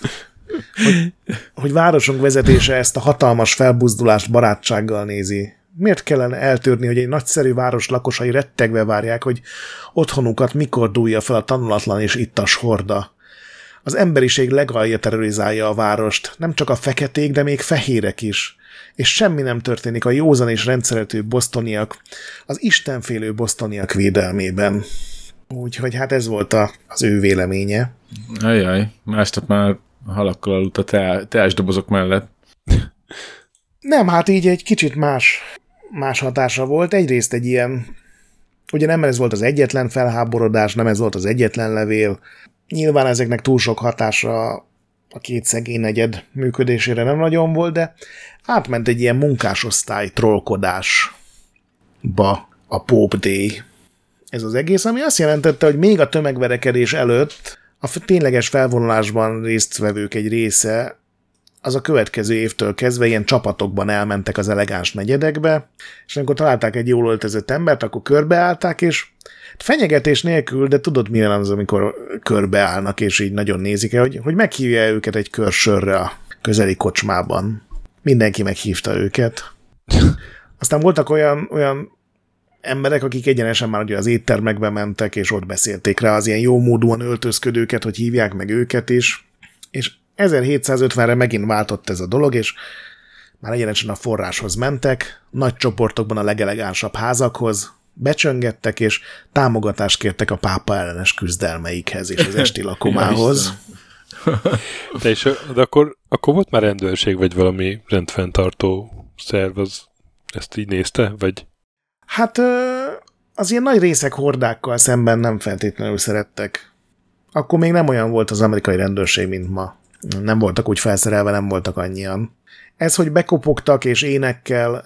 hogy városunk vezetése ezt a hatalmas felbuzdulást barátsággal nézi? Miért kellene eltörni, hogy egy nagyszerű város lakosai rettegve várják, hogy otthonukat mikor dúlja fel a tanulatlan és ittas horda? Az emberiség legalja terrorizálja a várost, nem csak a feketék, de még fehérek is. És semmi nem történik a józan és rendszerető bostoniak, az istenfélő bostoniak védelmében. Úgyhogy hát ez volt az ő véleménye. Ajjaj, másnap már halakkal aludt a teásdobozok mellett. Nem, hát így egy kicsit más hatása volt. Egyrészt egy ilyen, ugye nem ez volt az egyetlen felháborodás, nem ez volt az egyetlen levél. Nyilván ezeknek túl sok hatása a két szegény negyed működésére nem nagyon volt, de átment egy ilyen munkásosztály trollkodásba a Pope Day. Ez az egész, ami azt jelentette, hogy még a tömegverekedés előtt a tényleges felvonulásban résztvevők egy része az a következő évtől kezdve ilyen csapatokban elmentek az elegáns negyedekbe, és amikor találták egy jól öltözött embert, akkor körbeállták, és fenyegetés nélkül, de tudod milyen az, amikor körbeállnak, és így nagyon nézik el, hogy meghívja őket egy körsörre a közeli kocsmában. Mindenki meghívta őket. Aztán voltak olyan emberek, akik egyenesen már ugye az éttermekbe mentek, és ott beszélték rá az ilyen jómódúan öltözködőket, hogy hívják meg őket is, és 1750-re megint váltott ez a dolog, és már egyenesen a forráshoz mentek, nagy csoportokban a legelegánsabb házakhoz, becsöngettek, és támogatást kértek a pápa ellenes küzdelmeikhez és az esti lakomához. De akkor volt már rendőrség, vagy valami rendfenntartó szerv, az ezt így nézte, vagy? Hát az ilyen nagy részek hordákkal szemben nem feltétlenül szerettek. Akkor még nem olyan volt az amerikai rendőrség, mint ma. Nem voltak úgy felszerelve, nem voltak annyian. Ez, hogy bekopogtak és énekkel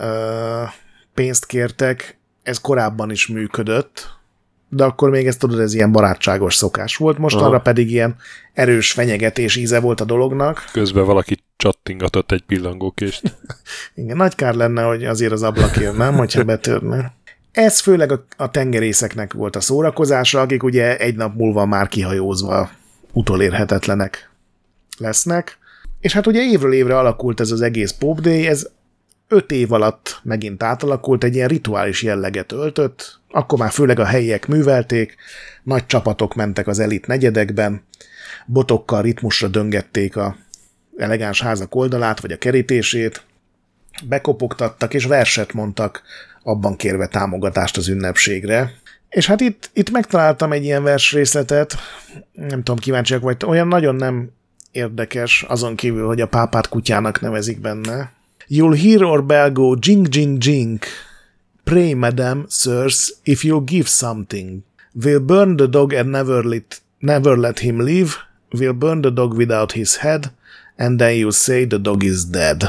pénzt kértek, ez korábban is működött, de akkor még ezt tudod, ez ilyen barátságos szokás volt, mostanra pedig ilyen erős fenyegetés íze volt a dolognak. Közben valaki csattingatott egy pillangókést. Igen, nagy kár lenne, hogy azért az ablakért, nem, hogyha betörne. Ez főleg a tengerészeknek volt a szórakozása, akik ugye egy nap múlva már kihajózva utolérhetetlenek lesznek. És hát ugye évről évre alakult ez az egész Pope Day, ez 5 év alatt megint átalakult, egy ilyen rituális jelleget öltött, akkor már főleg a helyiek művelték, nagy csapatok mentek az elit negyedekben, botokkal ritmusra döngették a elegáns házak oldalát, vagy a kerítését, bekopogtattak és verset mondtak, abban kérve támogatást az ünnepségre. És hát itt megtaláltam egy ilyen versrészletet, nem tudom, kíváncsiak vagy, olyan nagyon nem érdekes, azon kívül, hogy a pápát kutyának nevezik benne. You'll hear our bell go jing jing jing. Pray, madam, sirs, if you'll give something. We'll burn the dog and never let him live. We'll burn the dog without his head, and then you'll say the dog is dead.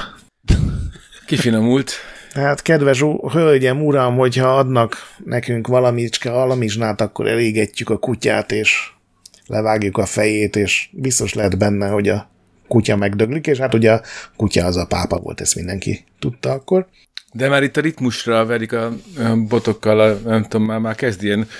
Kifinomult. Hát, kedves hölgyem, uram, hogyha adnak nekünk valamizsnát, akkor elégetjük a kutyát, és levágjuk a fejét, és biztos lehet benne, hogy a kutya megdöglik, és hát ugye a kutya az a pápa volt, ezt mindenki tudta akkor. De már itt a ritmusra verik a botokkal, nem tudom, már kezd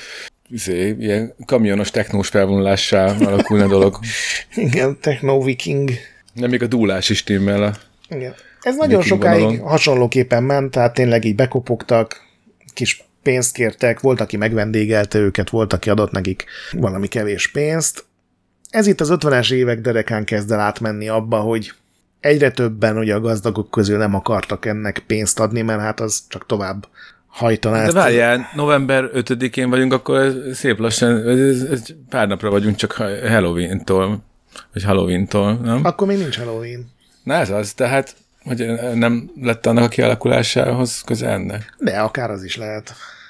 ilyen kamionos technós felvonulássá alakulni a dolog. Igen, techno-viking. Nem, még a dúlás is stimmel. Igen. Ez nagyon sokáig vonalon hasonlóképpen ment, tehát tényleg így bekopogtak, kis pénzt kértek, volt, aki megvendégelte őket, volt, aki adott nekik valami kevés pénzt. Ez itt az 50-es évek derekán kezd el átmenni abba, hogy egyre többen ugye a gazdagok közül nem akartak ennek pénzt adni, mert hát az csak tovább hajtaná. De várjál, november 5-én vagyunk, akkor szép lassan, ez pár napra vagyunk csak Halloween-tól, vagy Halloween-tól, nem? Akkor még nincs Halloween. Na ez az, tehát hogy nem lett annak a kialakulásához köze ennek? De akár az is lehet.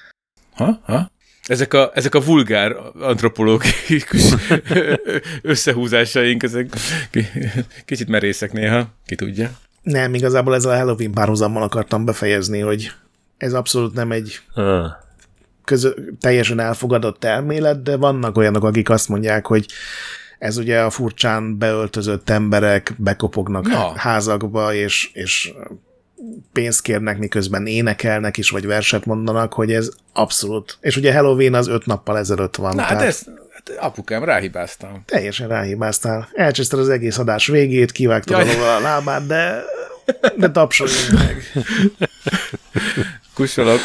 Ha? Ezek a vulgár antropológikus összehúzásaink, ezek kicsit merészek néha, ki tudja. Nem, igazából ezzel a Halloween párhuzammal akartam befejezni, hogy ez abszolút nem egy teljesen elfogadott elmélet, de vannak olyanok, akik azt mondják, hogy ez ugye a furcsán beöltözött emberek bekopognak házakba, és pénzt kérnek, miközben énekelnek is, vagy verset mondanak, hogy ez abszolút. És ugye Halloween az 5 nappal ezelőtt van. Na, hát apukám, ráhibáztam. Teljesen ráhibáztál. Elcseszted az egész adás végét, kivágtad a lábát, de tapsoljunk meg. Kussolok.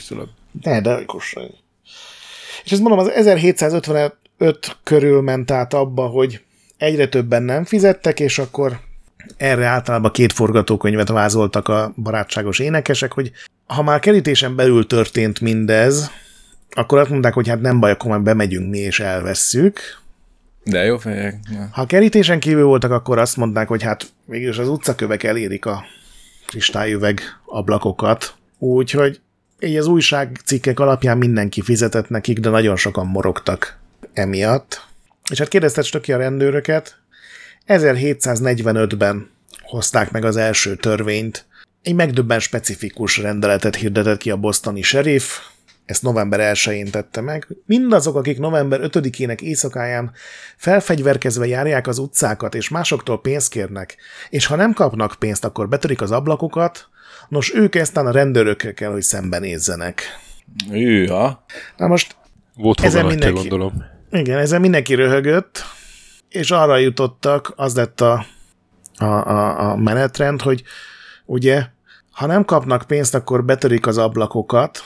De kussolj. És ezt mondom, az 1755 körül ment át abba, hogy egyre többen nem fizettek, és akkor erre általában 2 forgatókönyvet vázoltak a barátságos énekesek, hogy ha már kerítésen belül történt mindez, akkor azt mondták, hogy hát nem baj, akkor már bemegyünk mi és elvesszük. De jó fejek. Ha a kerítésen kívül voltak, akkor azt mondták, hogy hát végülis az utcakövek elérik a kristályüveg ablakokat. Úgyhogy így az újságcikkek alapján mindenki fizetett nekik, de nagyon sokan morogtak emiatt. És hát kérdezted Stöki a rendőröket, 1745-ben hozták meg az első törvényt. Egy megdöbben specifikus rendeletet hirdetett ki a bostoni sheriff, ezt november 1-én tette meg. Mindazok, akik november 5-ének éjszakáján felfegyverkezve járják az utcákat, és másoktól pénzt kérnek, és ha nem kapnak pénzt, akkor betörik az ablakokat, nos, ők eztán a rendőrökkel kell, hogy szembenézzenek. Hűha. Na most volt ezen mindenki, gondolom. Igen, ezen mindenki röhögött, és arra jutottak, az lett a menetrend, hogy ugye, ha nem kapnak pénzt, akkor betörik az ablakokat,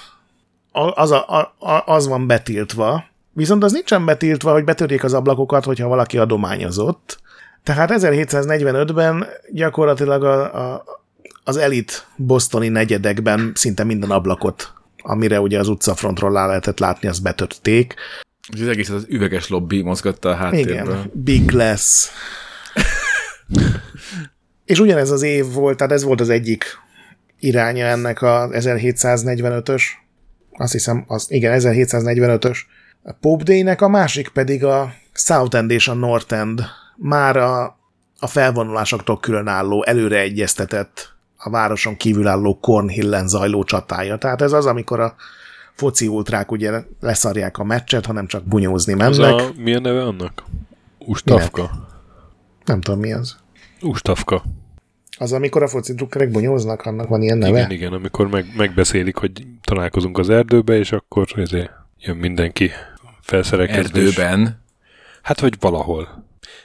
az van betiltva, viszont az nincsen betiltva, hogy betörjék az ablakokat, hogyha valaki adományozott. Tehát 1745-ben gyakorlatilag az elit bostoni negyedekben szinte minden ablakot, amire ugye az utcafrontról rá lehetett látni, azt betörték. Az egész az üveges lobby mozgatta a háttérből. Igen, Big Glass. És ugyanez az év volt, tehát ez volt az egyik iránya ennek a 1745-ös, azt hiszem, igen, 1745-ös Pope Day-nek, a másik pedig a South End és a North End, már a felvonulásoktól különálló, előreegyeztetett, a városon kívülálló Cornhillen zajló csatája. Tehát ez az, amikor a foci ultrák ugye leszarják a meccset, hanem csak bunyózni mennek. Mi a neve annak? Ustavka? Nem tudom, mi az. Ustavka. Az, amikor a foci drukkerek bunyóznak, annak van ilyen neve? Igen, amikor megbeszélik, hogy találkozunk az erdőbe, és akkor ezért jön mindenki felszerelkezve. Erdőben? Hát, hogy valahol.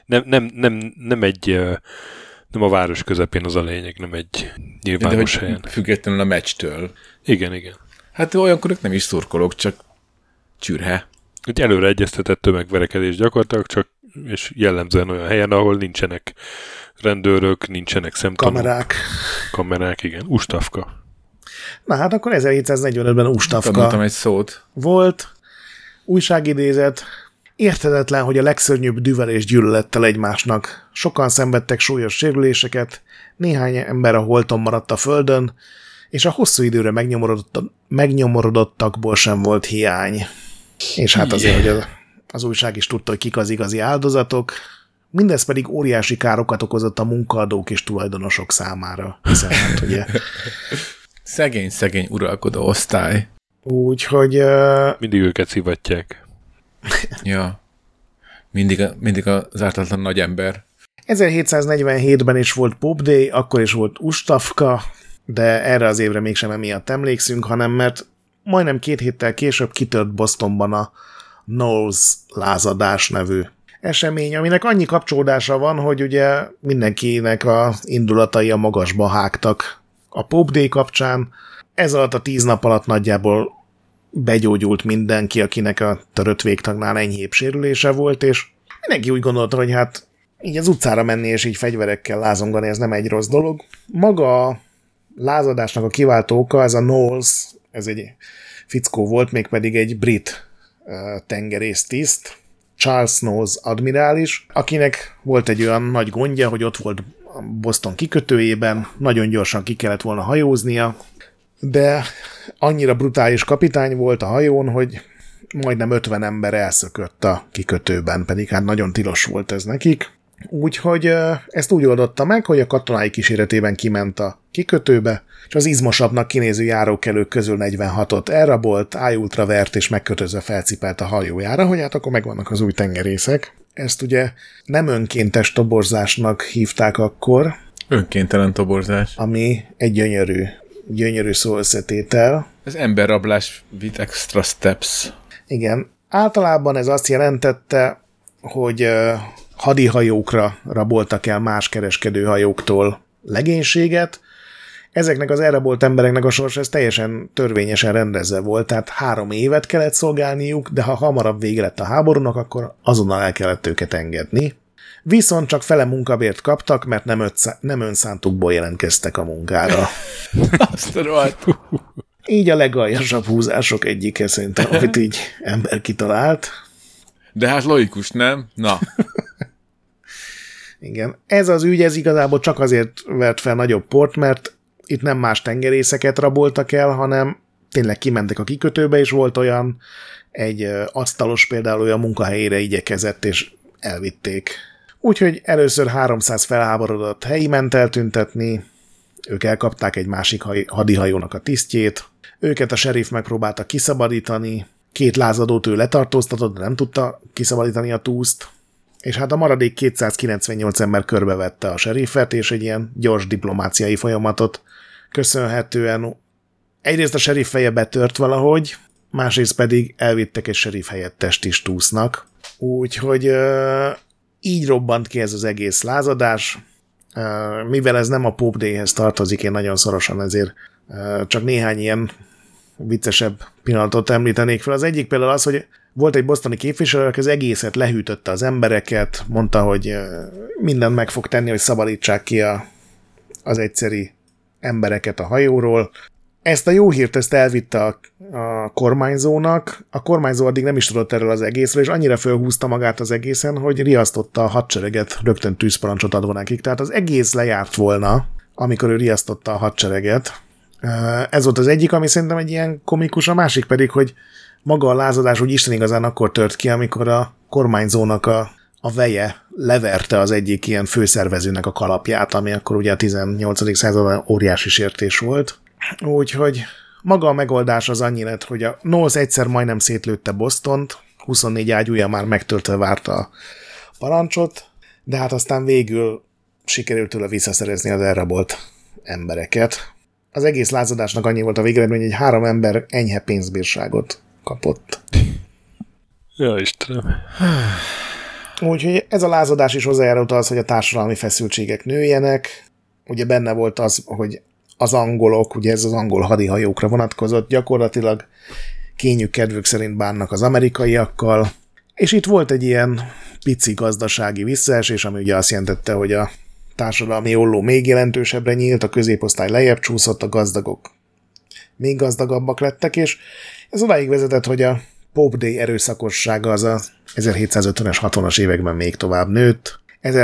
Nem a város közepén az a lényeg, nem egy nyilvános helyen. Függetlenül a meccstől. Igen. Hát olyankor ők nem is szurkolók, csak csürhe. Egy előre egyeztetett tömegverekedés gyakorlatilag, csak és jellemzően olyan helyen, ahol nincsenek rendőrök, nincsenek szemtanúk. Kamerák, igen. Ustavka. Na hát akkor 1745-ben Ustavka Tanultam egy szót. volt, újságidézet, érthetetlen, hogy a legszörnyűbb düvel és gyűlölettel egymásnak. Sokan szenvedtek súlyos sérüléseket, néhány ember a holton maradt a földön, és a hosszú időre megnyomorodottakból sem volt hiány. És hát azért, hogy az újság is tudta, hogy kik az igazi áldozatok, mindez pedig óriási károkat okozott a munkaadók és tulajdonosok számára. Hiszen hát ugye... Szegény uralkodó osztály. Úgyhogy... Mindig őket szivatják. Ja. Mindig az ártatlan nagy ember. 1747-ben is volt Pope Day, akkor is volt Ustavka, de erre az évre mégsem emiatt emlékszünk, hanem mert majdnem 2 héttel később kitört Bostonban a Knowles lázadás nevű esemény, aminek annyi kapcsolódása van, hogy ugye mindenkinek az indulatai a magasba hágtak a Pope Day kapcsán. Ez alatt a 10 nap alatt nagyjából begyógyult mindenki, akinek a törött végtagnál enyhébb sérülése volt, és mindenki úgy gondolta, hogy hát így az utcára menni és így fegyverekkel lázongani, ez nem egy rossz dolog. Maga a lázadásnak a kiváltó oka, ez a Knowles, ez egy fickó volt, mégpedig egy brit tengerésztiszt, Charles Knowles admirális, akinek volt egy olyan nagy gondja, hogy ott volt Boston kikötőjében, nagyon gyorsan ki kellett volna hajóznia, de annyira brutális kapitány volt a hajón, hogy majdnem 50 ember elszökött a kikötőben, pedig hát nagyon tilos volt ez nekik. Úgyhogy ezt úgy oldotta meg, hogy a katonái kíséretében kiment a kikötőbe, és az izmosabbnak kinéző járókelők közül 46-ot elrabolt, ájultravert és megkötözve felcipelt a hajójára, hogy hát akkor megvannak az új tengerészek. Ezt ugye nem önkéntes toborzásnak hívták akkor. Önkéntelen toborzás. Ami egy gyönyörű szó összetétel. Ez emberrablás with extra steps. Igen. Általában ez azt jelentette, hogy hadihajókra raboltak el más kereskedőhajóktól legénységet. Ezeknek az elrabolt embereknek a sorsa ez teljesen törvényesen rendezve volt, tehát 3 évet kellett szolgálniuk, de ha hamarabb vége lett a háborúnak, akkor azonnal el kellett őket engedni. viszont csak fele munkabért kaptak, mert nem önszántukból jelentkeztek a munkára. Azt rohadt. Így a legaljasabb húzások egyike szerintem, amit így ember kitalált. De hát logikus, nem? Na. Igen. Ez az ügy, ez igazából csak azért vert fel nagyobb port, mert itt nem más tengerészeket raboltak el, hanem tényleg kimentek a kikötőbe, és volt olyan, egy asztalos például olyan munkahelyére igyekezett, és elvitték. Úgyhogy először 300 felháborodott helyi ment eltüntetni, ők elkapták egy másik hadihajónak a tisztjét, őket a sheriff megpróbálta kiszabadítani, 2 lázadót ő letartóztatott, de nem tudta kiszabadítani a túszt, és hát a maradék 298 ember körbevette a sheriffet, és egy ilyen gyors diplomáciai folyamatot köszönhetően egyrészt a sheriff feje betört valahogy, másrészt pedig elvittek egy sheriff helyettest is túsznak. Úgyhogy így robbant ki ez az egész lázadás. Mivel ez nem a Pope Day-hez tartozik, én nagyon szorosan ezért csak néhány ilyen viccesebb pillanatot említenék fel. Az egyik például az, hogy volt egy bostoni képviselő, aki az egészet lehűtötte az embereket, mondta, hogy mindent meg fog tenni, hogy szabadítsák ki az egyszeri embereket a hajóról. Ezt a jó hírt ezt elvitte a kormányzónak, a kormányzó addig nem is tudott erről az egészről, és annyira fölhúzta magát az egészen, hogy riasztotta a hadsereget, rögtön tűzparancsot adva nekik. Tehát az egész lejárt volna, amikor ő riasztotta a hadsereget. Ez volt az egyik, ami szerintem egy ilyen komikus, a másik pedig, hogy maga a lázadás úgy Isten igazán akkor tört ki, amikor a kormányzónak a veje leverte az egyik ilyen főszervezőnek a kalapját, ami akkor ugye a 18. században óriási sértés volt. Úgyhogy maga a megoldás az annyi lett, hogy a Knowles egyszer majdnem szétlőtte Bostont, 24 ágyúja már megtöltve várta a parancsot, de hát aztán végül sikerült tőle visszaszerezni az elrabolt embereket. Az egész lázadásnak annyi volt a végeredmény, hogy 3 ember enyhe pénzbírságot kapott. Ja, Istenem. Úgyhogy ez a lázadás is hozzájárult az, hogy a társadalmi feszültségek nőjenek. Ugye benne volt az, hogy az angolok, ugye ez az angol hadihajókra vonatkozott, gyakorlatilag kényük kedvük szerint bánnak az amerikaiakkal, és itt volt egy ilyen pici gazdasági visszaesés, ami ugye azt jelentette, hogy a társadalmi olló még jelentősebbre nyílt, a középosztály lejjebb csúszott, a gazdagok még gazdagabbak lettek, és ez odáig vezetett, hogy a Pope Day erőszakossága az a 1750-es, 60-as években még tovább nőtt.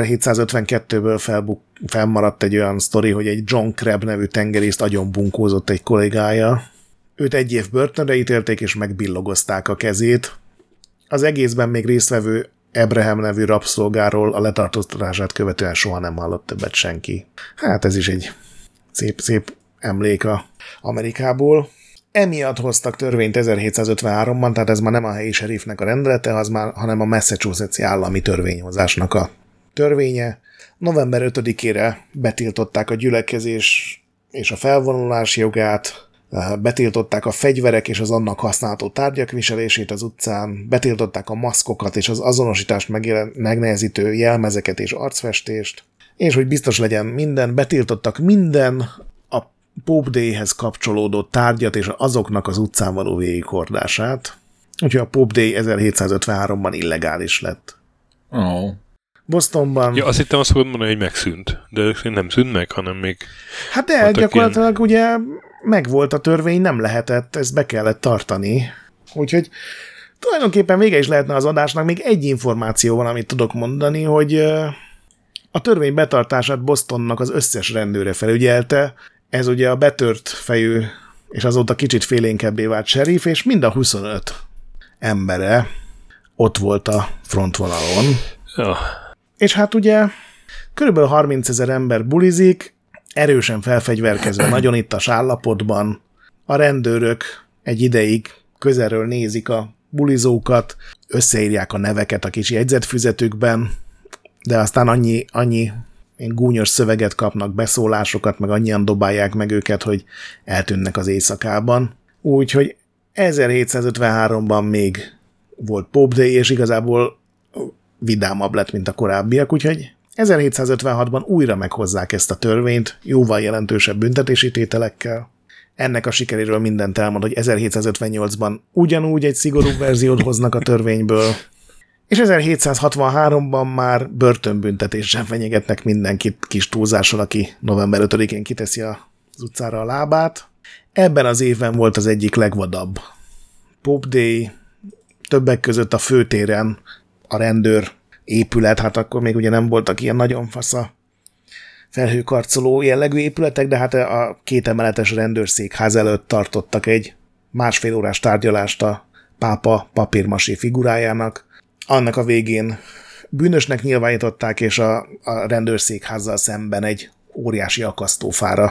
1752-ből felmaradt egy olyan sztori, hogy egy John Crabbe nevű tengerészt agyon bunkózott egy kollégája. Őt 1 év börtönre ítélték, és megbillogozták a kezét. Az egészben még résztvevő Abraham nevű rabszolgáról a letartóztatását követően soha nem hallott többet senki. Hát ez is egy szép emlék a Amerikából. Emiatt hoztak törvényt 1753-ban, tehát ez már nem a helyi sheriffnek a rendelete, hanem a Massachusetts-i állami törvényhozásnak a törvénye. November 5-ére betiltották a gyülekezés és a felvonulás jogát, betiltották a fegyverek és az annak használható tárgyak viselését az utcán, betiltották a maszkokat és az azonosítást megnehezítő jelmezeket és arcfestést, és hogy biztos legyen minden, betiltottak minden a Pope Day-hez kapcsolódó tárgyat és azoknak az utcán való végighordását, úgyhogy a Pope Day 1753-ban illegális lett. Oh. Bostonban... Ja, azt hittem azt fogod mondani, hogy megszűnt, de nem szűnt meg, hanem még... Hát de gyakorlatilag ugye megvolt a törvény, nem lehetett, ezt be kellett tartani. Úgyhogy tulajdonképpen vége is lehetne az adásnak, még egy információ van, amit tudok mondani, hogy a törvény betartását Bostonnak az összes rendőre felügyelte, ez ugye a betört fejű, és azóta kicsit félénkebbé vált sheriff, és mind a 25 embere ott volt a frontvonalon. Ja. És hát ugye körülbelül 30 000 ember bulizik, erősen felfegyverkezve, nagyon ittas állapotban. A rendőrök egy ideig közelről nézik a bulizókat, összeírják a neveket a kis jegyzetfüzetükben, de aztán annyi gúnyos szöveget kapnak, beszólásokat, meg annyian dobálják meg őket, hogy eltűnnek az éjszakában. Úgyhogy 1753-ban még volt Pope Day, és igazából vidámabb lett, mint a korábbiak, úgyhogy 1756-ban újra meghozzák ezt a törvényt, jóval jelentősebb büntetési tételekkel. Ennek a sikeréről mindent elmond, hogy 1758-ban ugyanúgy egy szigorúbb verziót hoznak a törvényből, És 1763-ban már börtönbüntetéssel fenyegetnek mindenkit kis túlzással, aki november 5-én kiteszi az utcára a lábát. Ebben az évben volt az egyik legvadabb Pope Day, többek között a főtéren a rendőr épület, hát akkor még ugye nem voltak ilyen nagyon fasza felhőkarcoló jellegű épületek, de hát a 2 emeletes rendőrszékház előtt tartottak egy 1,5 órás tárgyalást a pápa papírmasé figurájának. Annak a végén bűnösnek nyilvánították, és a rendőrszékházzal szemben egy óriási akasztófára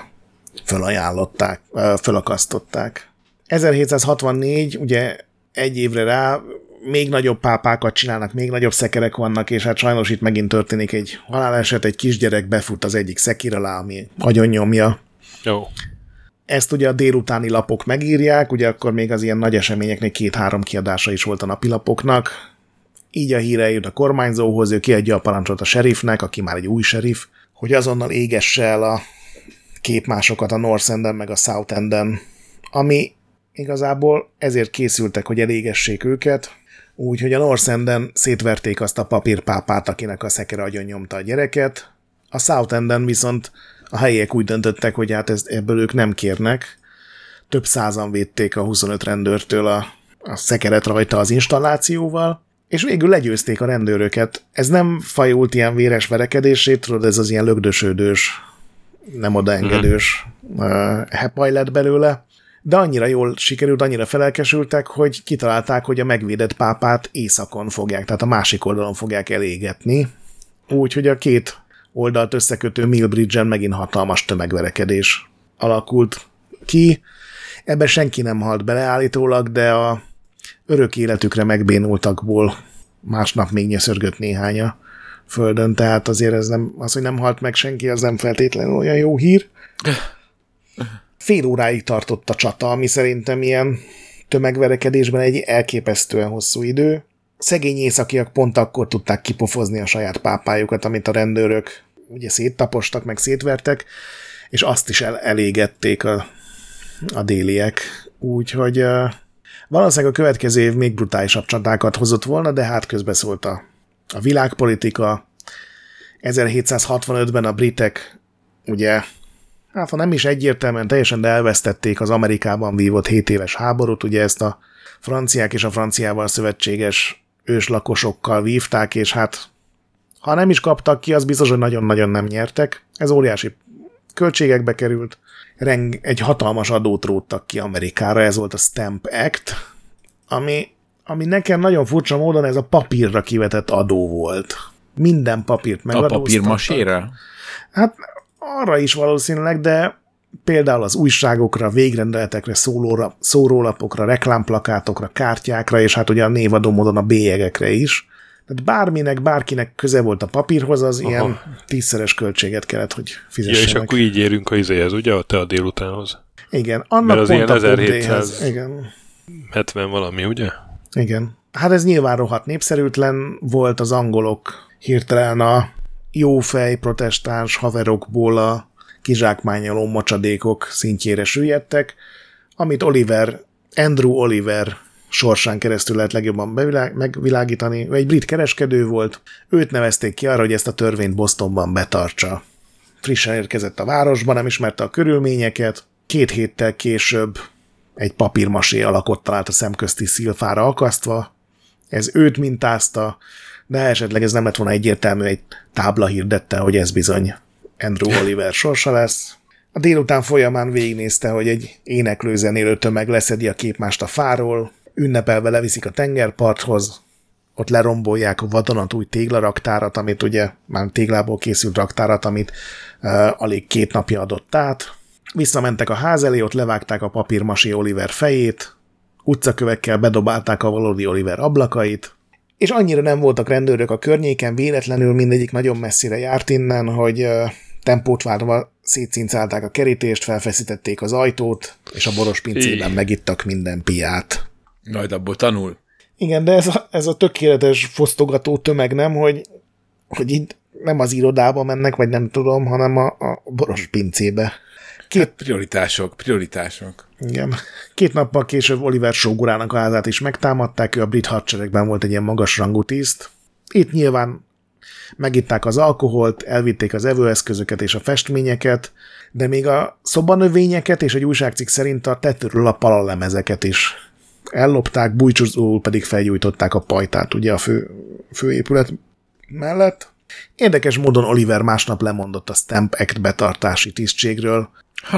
fölakasztották. 1764, ugye egy évre rá még nagyobb pápákat csinálnak, még nagyobb szekerek vannak, és hát sajnos itt megint történik egy haláleset, egy kisgyerek befut az egyik szekír alá, ami agyonnyomja. Jó. Ezt ugye a délutáni lapok megírják, ugye akkor még az ilyen nagy eseményeknél 2-3 kiadása is volt a napilapoknak. Így a híre jut a kormányzóhoz, ő kiadja a parancsot a sheriffnek, aki már egy új sheriff, hogy azonnal égesse el a képmásokat a North Enden meg a South Enden, ami igazából ezért készültek, hogy elégessék őket, úgyhogy a North Enden szétverték azt a papírpápát, akinek a szekere agyon nyomta a gyereket. A South Enden viszont a helyiek úgy döntöttek, hogy hát ebből ők nem kérnek. Több százan védték a 25 rendőrtől a szekeret rajta az installációval, és végül legyőzték a rendőröket. Ez nem fajult ilyen véres verekedését, tudod, ez az ilyen lögdösödős, nem odaengedős hepaj lett belőle, de annyira jól sikerült, annyira felelkesültek, hogy kitalálták, hogy a megvédett pápát északon fogják, tehát a másik oldalon fogják elégetni. Úgyhogy a 2 oldalt összekötő Millbridge-en megint hatalmas tömegverekedés alakult ki. Ebben senki nem halt bele állítólag, de a örök életükre megbénultakból másnap még nyöszörgött néhány a földön, tehát azért ez nem, az, hogy nem halt meg senki, az nem feltétlenül olyan jó hír. Fél óráig tartott a csata, ami szerintem ilyen tömegverekedésben egy elképesztően hosszú idő. Szegény északiak pont akkor tudták kipofozni a saját pápájukat, amit a rendőrök ugye széttapostak, meg szétvertek, és azt is elégették a déliek. Úgyhogy valószínűleg a következő év még brutálisabb csatákat hozott volna, de hát közbeszólt a világpolitika. 1765-ben a britek ugye, hát ha nem is egyértelműen teljesen, de elvesztették az Amerikában vívott 7 éves háborút, ugye ezt a franciák és a franciával szövetséges őslakosokkal vívták, és hát ha nem is kaptak ki, az biztos, hogy nagyon-nagyon nem nyertek. Ez óriási költségekbe került. Egy hatalmas adót róttak ki Amerikára, ez volt a Stamp Act, ami nekem nagyon furcsa módon ez a papírra kivetett adó volt. Minden papírt megadóztattak. A papírmasére? Hát arra is valószínűleg, de például az újságokra, végrendeletekre, szórólapokra, reklámplakátokra, kártyákra, és hát ugye a névadó módon a bélyegekre is. Tehát bárkinek köze volt a papírhoz, az ilyen 10-szeres költséget kellett, hogy fizessenek. Ja, és akkor így érünk a izéhez, ugye? A te a délutánhoz. Igen. Annak mert az pont ilyen a 1770 valami, ugye? Igen. Hát ez nyilván rohadt népszerűtlen volt, az angolok hirtelen a jófej protestáns haverokból a kizsákmányoló mocsadékok szintjére süllyedtek, amit Andrew Oliver sorsán keresztül lehet legjobban megvilágítani. Ő egy brit kereskedő volt, őt nevezték ki arra, hogy ezt a törvényt Bostonban betartsa. Frissen érkezett a városba, nem ismerte a körülményeket, 2 héttel később egy papírmasé alakot talált a szemközti szilfára akasztva, ez őt mintázta, de esetleg ez nem lett volna egyértelmű, egy tábla hirdette, hogy ez bizony Andrew Oliver sorsa lesz. A délután folyamán végignézte, hogy egy éneklő zenélő tömeg leszedi a képmást a fáról, ünnepelve leviszik a tengerparthoz, ott lerombolják a vadonatúj téglaraktárat, amit ugye már téglából készült raktárat, amit alig 2 napja adott át. Visszamentek a ház elé, ott levágták a papírmasé Oliver fejét, utcakövekkel bedobálták a valódi Oliver ablakait, és annyira nem voltak rendőrök a környéken, véletlenül mindegyik nagyon messzire járt innen, hogy tempót várva szétszincálták a kerítést, felfeszítették az ajtót, és a boros pincében megittak minden piát. Majd abból tanul. Igen, de ez a tökéletes fosztogató tömeg nem, hogy így nem az irodába mennek, vagy nem tudom, hanem a boros pincébe. Hát prioritások. Igen. 2 nappal később Oliver sógorának a házát is megtámadták, ő a brit hadseregben volt egy ilyen magasrangú tiszt. Itt nyilván megitták az alkoholt, elvitték az evőeszközöket és a festményeket, de még a szobanövényeket és egy újságcikk szerint a tetőről a palalemezeket is ellopták, búcsúzóul pedig felgyújtották a pajtát ugye a főépület mellett. Érdekes módon Oliver másnap lemondott a Stamp Act betartási tisztségről.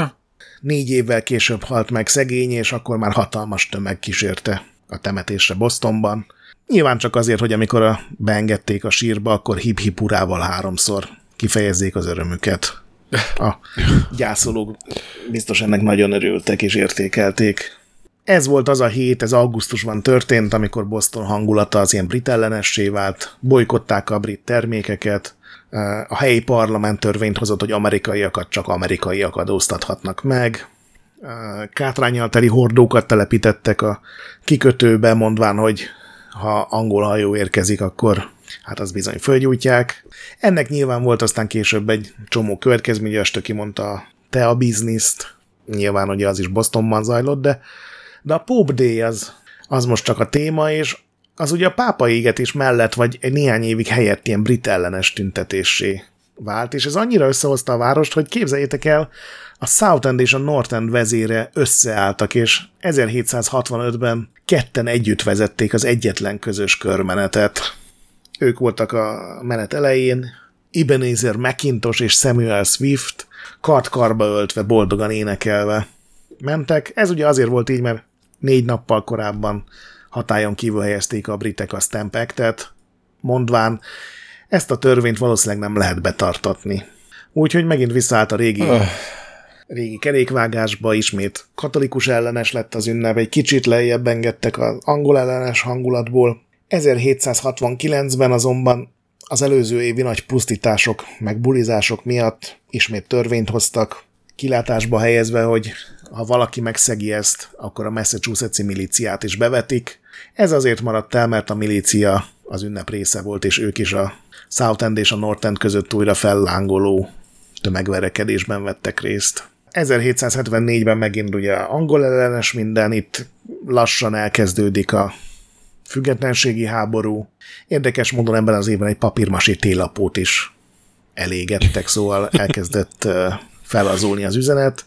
4 évvel később halt meg szegény, és akkor már hatalmas tömeg kísérte a temetésre Bostonban. Nyilván csak azért, hogy amikor beengedték a sírba, akkor hip-hip urával 3-szor kifejezzék az örömüket. A gyászolók biztos ennek nagyon örültek és értékelték. Ez volt az a hét, ez augusztusban történt, amikor Boston hangulata az ilyen brit ellenessé vált, bolykották a brit termékeket, a helyi parlament törvényt hozott, hogy amerikaiakat csak amerikaiak adóztathatnak meg, kátránnyal teli hordókat telepítettek a kikötőbe, mondván, hogy ha angol hajó érkezik, akkor hát az bizony fölgyújtják. Ennek nyilván volt aztán később egy csomó következménye, Stöki mondta a tea bizniszt, nyilván ugye az is Bostonban zajlott, de a Pope Day az most csak a téma, és az ugye a pápa égetés mellett, vagy egy néhány évig helyett ilyen brit ellenes tüntetéssé vált, és ez annyira összehozta a várost, hogy képzeljétek el, a South End és a North End vezére összeálltak, és 1765-ben ketten együtt vezették az egyetlen közös körmenetet. Ők voltak a menet elején, Ebenezer McIntosh és Samuel Swift, kard-karba öltve, boldogan énekelve mentek. Ez ugye azért volt így, mert 4 nappal korábban hatályon kívül helyezték a britek a Stamp Act-et, mondván ezt a törvényt valószínűleg nem lehet betartatni. Úgyhogy megint visszaállt a régi kerékvágásba, ismét katolikus ellenes lett az ünnep, egy kicsit lejjebb engedtek az angol ellenes hangulatból. 1769-ben azonban az előző évi nagy pusztítások meg bulizások miatt ismét törvényt hoztak, kilátásba helyezve, hogy ha valaki megszegi ezt, akkor a Massachusetts-i milíciát is bevetik. Ez azért maradt el, mert a milícia az ünnep része volt, és ők is a South End és a North End között újra fellángoló tömegverekedésben vettek részt. 1774-ben megint ugye angol ellenes minden, itt lassan elkezdődik a függetlenségi háború. Érdekes módon ebben az évben egy papírmasé télapót is elégettek, szóval elkezdett felazulni az üzenet.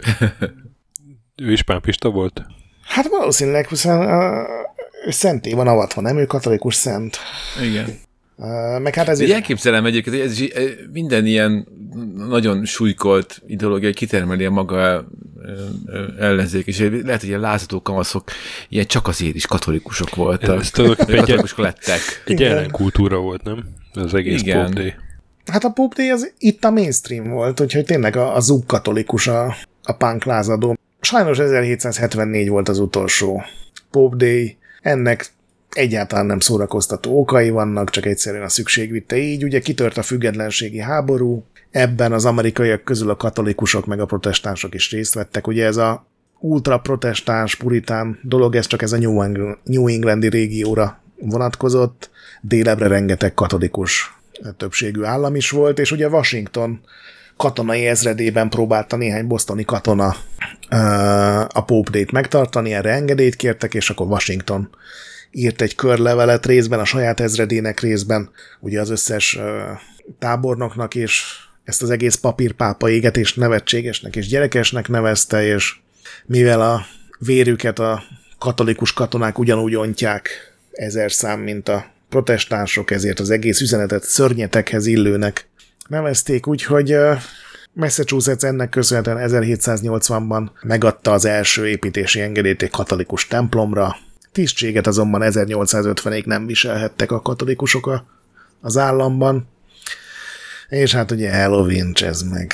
Ő is pápista volt? Hát valószínűleg, hiszen ő szenté van avatva, nem? Ő katolikus szent. Igen. Meg hát ez elképzelem egyébként, hogy ez is, minden ilyen nagyon súlykolt ideológia kitermeli a maga ellenzék, és lehet, hogy ilyen lázadó kamaszok ilyen csak azért is katolikusok voltak. Katolikusok lettek. Egy ellenkultúra volt, nem? Az egész Pope Day. Hát a Pope Day az itt a mainstream volt, úgyhogy tényleg a zug katolikus a punk lázadó. Sajnos 1774 volt az utolsó Pope Day, ennek egyáltalán nem szórakoztató okai vannak, csak egyszerűen a szükség vitte így. Ugye kitört a függetlenségi háború, ebben az amerikaiak közül a katolikusok meg a protestánsok is részt vettek. Ugye ez a ultraprotestáns, puritán dolog, ez csak ez a New Englandi régióra vonatkozott, délebbre rengeteg katolikus többségű állam is volt, és ugye Washington katonai ezredében próbálta néhány bostoni katona a Pope Day-t megtartani, erre engedélyt kértek, és akkor Washington írt egy körlevelet részben a saját ezredének, részben ugye az összes tábornoknak, és ezt az egész papírpápa égetést nevetségesnek és gyerekesnek nevezte, és mivel a vérüket a katolikus katonák ugyanúgy ontják 1000 szám, mint a protestánsok, ezért az egész üzenetet szörnyetekhez illőnek nevezték, úgyhogy Massachusetts ennek köszönhetően 1780-ban megadta az első építési engedélyt egy katolikus templomra. Tisztséget azonban 1850-ig nem viselhettek a katolikusok az államban. És hát ugye Halloween ez meg.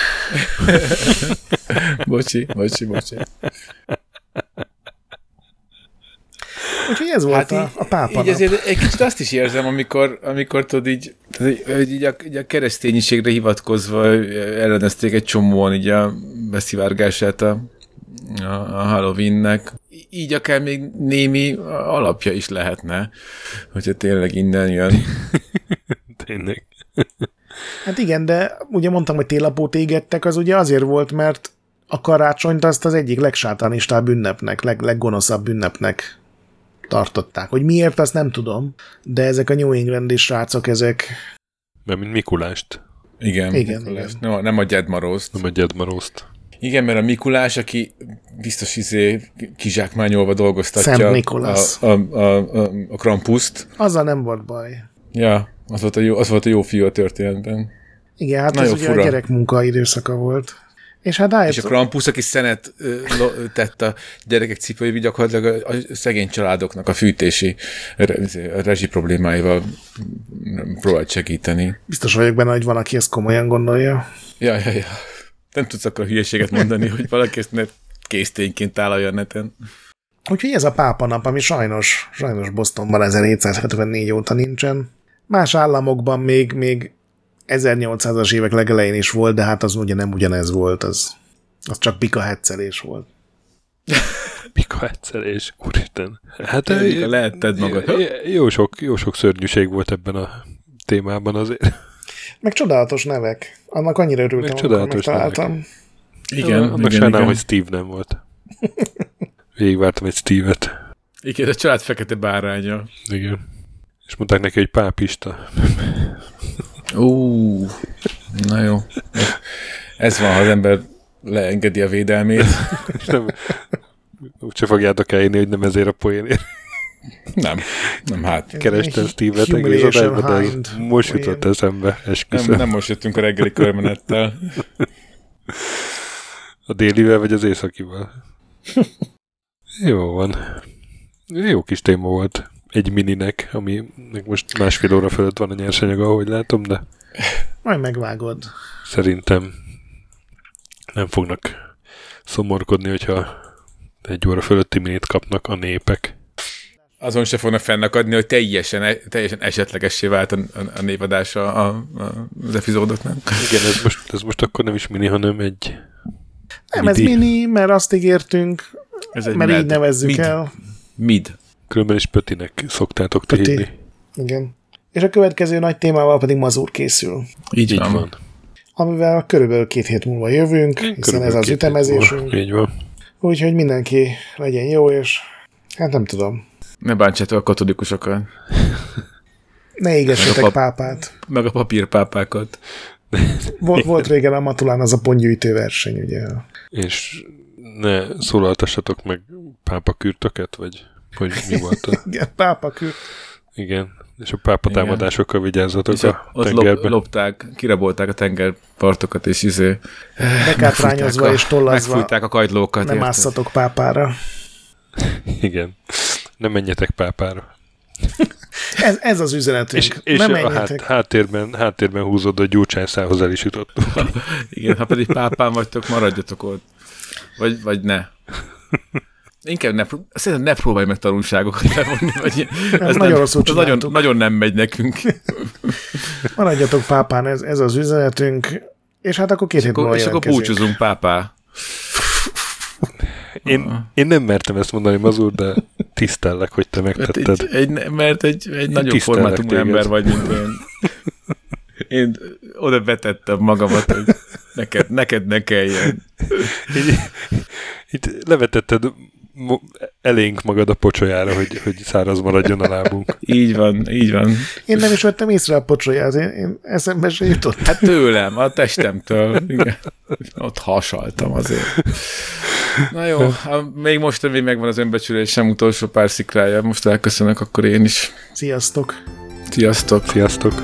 Bocsi. Úgyhogy ez volt hát a pápa. Így azért egy kicsit azt is érzem, amikor tudod így a keresztényiségre hivatkozva ellenezték egy csomóan így a beszivárgását a Halloweennek. Így akár még némi alapja is lehetne, hogyha tényleg innen jön. Tényleg. Hát igen, de ugye mondtam, hogy télapót égettek, az ugye azért volt, mert A karácsonyt azt az egyik legsátánistább ünnepnek, leggonoszabb ünnepnek tartották. Hogy miért, azt nem tudom, de ezek a New England-i srácok, ezek... Mert mint Mikulást. Igen. No, nem a Gyedmarózt. Nem a Gyedmarózt. Igen, mert a Mikulás, aki biztos kizsákmányolva dolgoztatja Szent Mikulász. A Krampuszt. Azzal nem volt baj. Ja, az volt a jó fiú a történetben. Igen, hát ez ugye a gyerekmunka időszaka volt. És hát és a Krampus, aki szenet tett a gyerekek cipőjébe, gyakorlatilag a szegény családoknak a fűtési rezsi problémáival próbált segíteni. Biztos vagyok benne, hogy van, aki ezt komolyan gondolja. Ja. Nem tudsz akkor hülyeséget mondani, hogy valaki ezt késztényként tálalja a neten. Úgyhogy ez a pápanap, ami sajnos Bostonban 1774 óta nincsen. Más államokban még 1800-as évek legelején is volt, de hát az ugye nem ugyanez volt, az csak pikahetszelés volt. Pikahetszelés, úristen. Hát lehetted magad. Jó sok szörnyűség volt ebben a témában azért. Meg csodálatos nevek. Annak annyira örültem, amikor megtaláltam. Igen. Annak sajnálom, hogy Steve nem volt. Végigvártam egy Steve-et. Igen, a család fekete báránya. Igen. És mondták neki, hogy pápista. Na jó. Ez van, ha az ember leengedi a védelmét. Úgyse fogjátok elérni, hogy nem ezért a poénért. Nem, hát. Kerestem Steve-et egész adásba, de most jutott eszembe, esküszöm. Nem most jöttünk a reggeli körmenettel. A délivel vagy az északival? Jó van. Jó kis téma volt. Egy mininek, ami most 1,5 óra fölött van a nyersanyaga, ahogy látom, de... Majd megvágod. Szerintem nem fognak szomorkodni, hogyha 1 óra fölötti minit kapnak a népek. Azon se fognak fennakadni, hogy teljesen esetlegessé vált a névadása az epizódoknak. Igen, ez most akkor nem is mini, hanem egy... Nem, ez mini, mert azt ígértünk, mert így nevezzük el. Mid. Különben is Pötinek szoktátok hívni. Igen. És a következő nagy témával pedig Mazur készül. Így van. Amivel körülbelül 2 hét múlva jövünk, hiszen ez az ütemezésünk. Így van. Úgyhogy mindenki legyen jó, és hát nem tudom. Ne bántsátok a katolikusokat. Ne égessétek pápát. Meg a papírpápákat. Volt régen a Matulán az a pontgyűjtő verseny, ugye. És ne szólaltassatok meg pápakürtöket, vagy hogy mi volt a... Igen, pápakürt. Igen, és a pápatámadásokkal vigyázzatok a tengerben. Lopták, kirabolták a tengerpartokat, és bekátrányozva és tollazva. Megfújták a kagylókat. Nem ásszatok pápára. Igen, nem menjetek pápára. Ez az üzenetünk. És a háttérben húzódó gyurcsányszához el is jutottunk. Igen, ha pedig pápán vagytok, maradjatok ott. Vagy ne. Inkább szerintem ne próbálj meg tanulságokat levonni. Ez nagyon rosszul csináltuk. Nagyon nem megy nekünk. Maradjatok pápán, ez az üzenetünk. És hát akkor 2 hét múlva és akkor búcsúzunk pápá. Én nem mertem ezt mondani, Mazur, de tisztellek, hogy te megtetted. Mert egy nagyobb formátumú ember vagy, mint én. Én oda betettem magamat, hogy neked ne kelljen. Itt levetetted elénk magad a pocsolyára, hogy száraz maradjon a lábunk. Így van. Én nem is vettem észre a pocsolyát, én eszembe se jutott. Hát tőlem, a testemtől. Igen. Ott hasaltam azért. Na jó, még most megvan az önbecsülésem utolsó pár szikrája. Most elköszönök, akkor én is. Sziasztok! Sziasztok!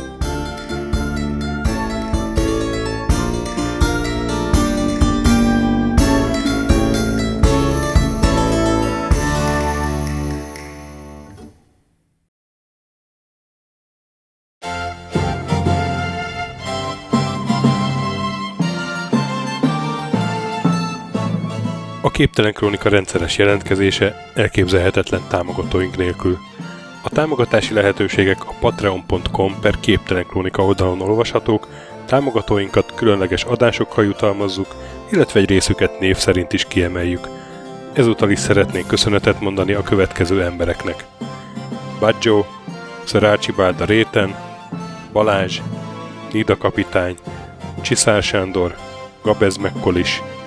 A Képtelen Krónika rendszeres jelentkezése elképzelhetetlen támogatóink nélkül. A támogatási lehetőségek a patreon.com/képtelenkrónika oldalon olvashatók, támogatóinkat különleges adásokkal jutalmazzuk, illetve egy részüket név szerint is kiemeljük. Ezúttal is szeretnénk köszönetet mondani a következő embereknek. Baggio, Sir Archibald a réten, Balázs, Nida kapitány, Csiszár Sándor, Gabez Mekkolis,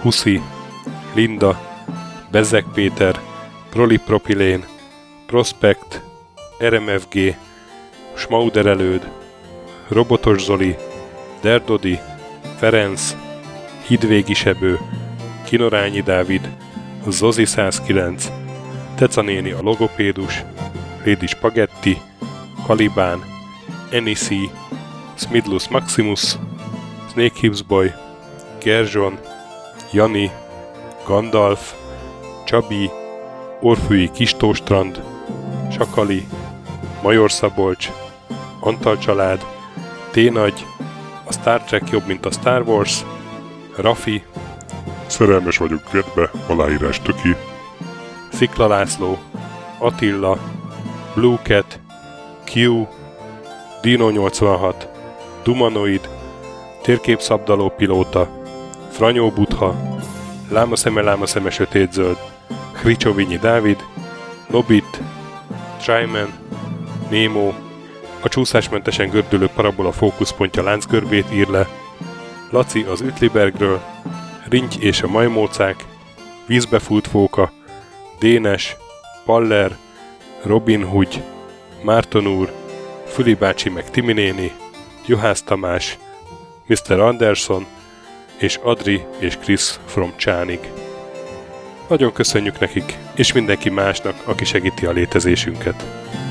Huszi, Linda, Bezzeg Péter, Prolipropilén, Prospekt, RMFG, Schmauder Előd, Robotos Zoli, Derdodi, Ferenc, Hidvégi Sebő, Kinorányi Dávid, Zozi 109, Teca néni a logopédus, Lady Spaghetti, Kalibán, Enisi, Smidlus Maximus, Snake Hips Boy, Gerzson, Jani, Gandalf, Csabi, Orfűi Kistóstrand, Sakali, Major Szabolcs, Antal család, T-nagy, a Star Trek jobb, mint a Star Wars, Rafi, Szerelmes vagyok Gretbe, aláírás Töki, Szikla László, Attila, Blue Cat, Q, Dino 86, Dumanoid, Térképszabdaló pilóta, Franyó Butha, Lámaszeme sötétzöld, Hricsovinyi Dávid, Nobit, Tryman, Nemo, a csúszásmentesen gördülő parabola fókuszpontja láncgörbét ír le, Laci az Ütlibergről, Rinty és a majmócák, Vízbefúlt fóka, Dénes, Paller, Robin Hood, Márton úr, Füli bácsi meg Timi néni, Juhász Tamás, Mr. Anderson és Adri és Chris from Csánig. Nagyon köszönjük nekik, és mindenki másnak, aki segíti a létezésünket.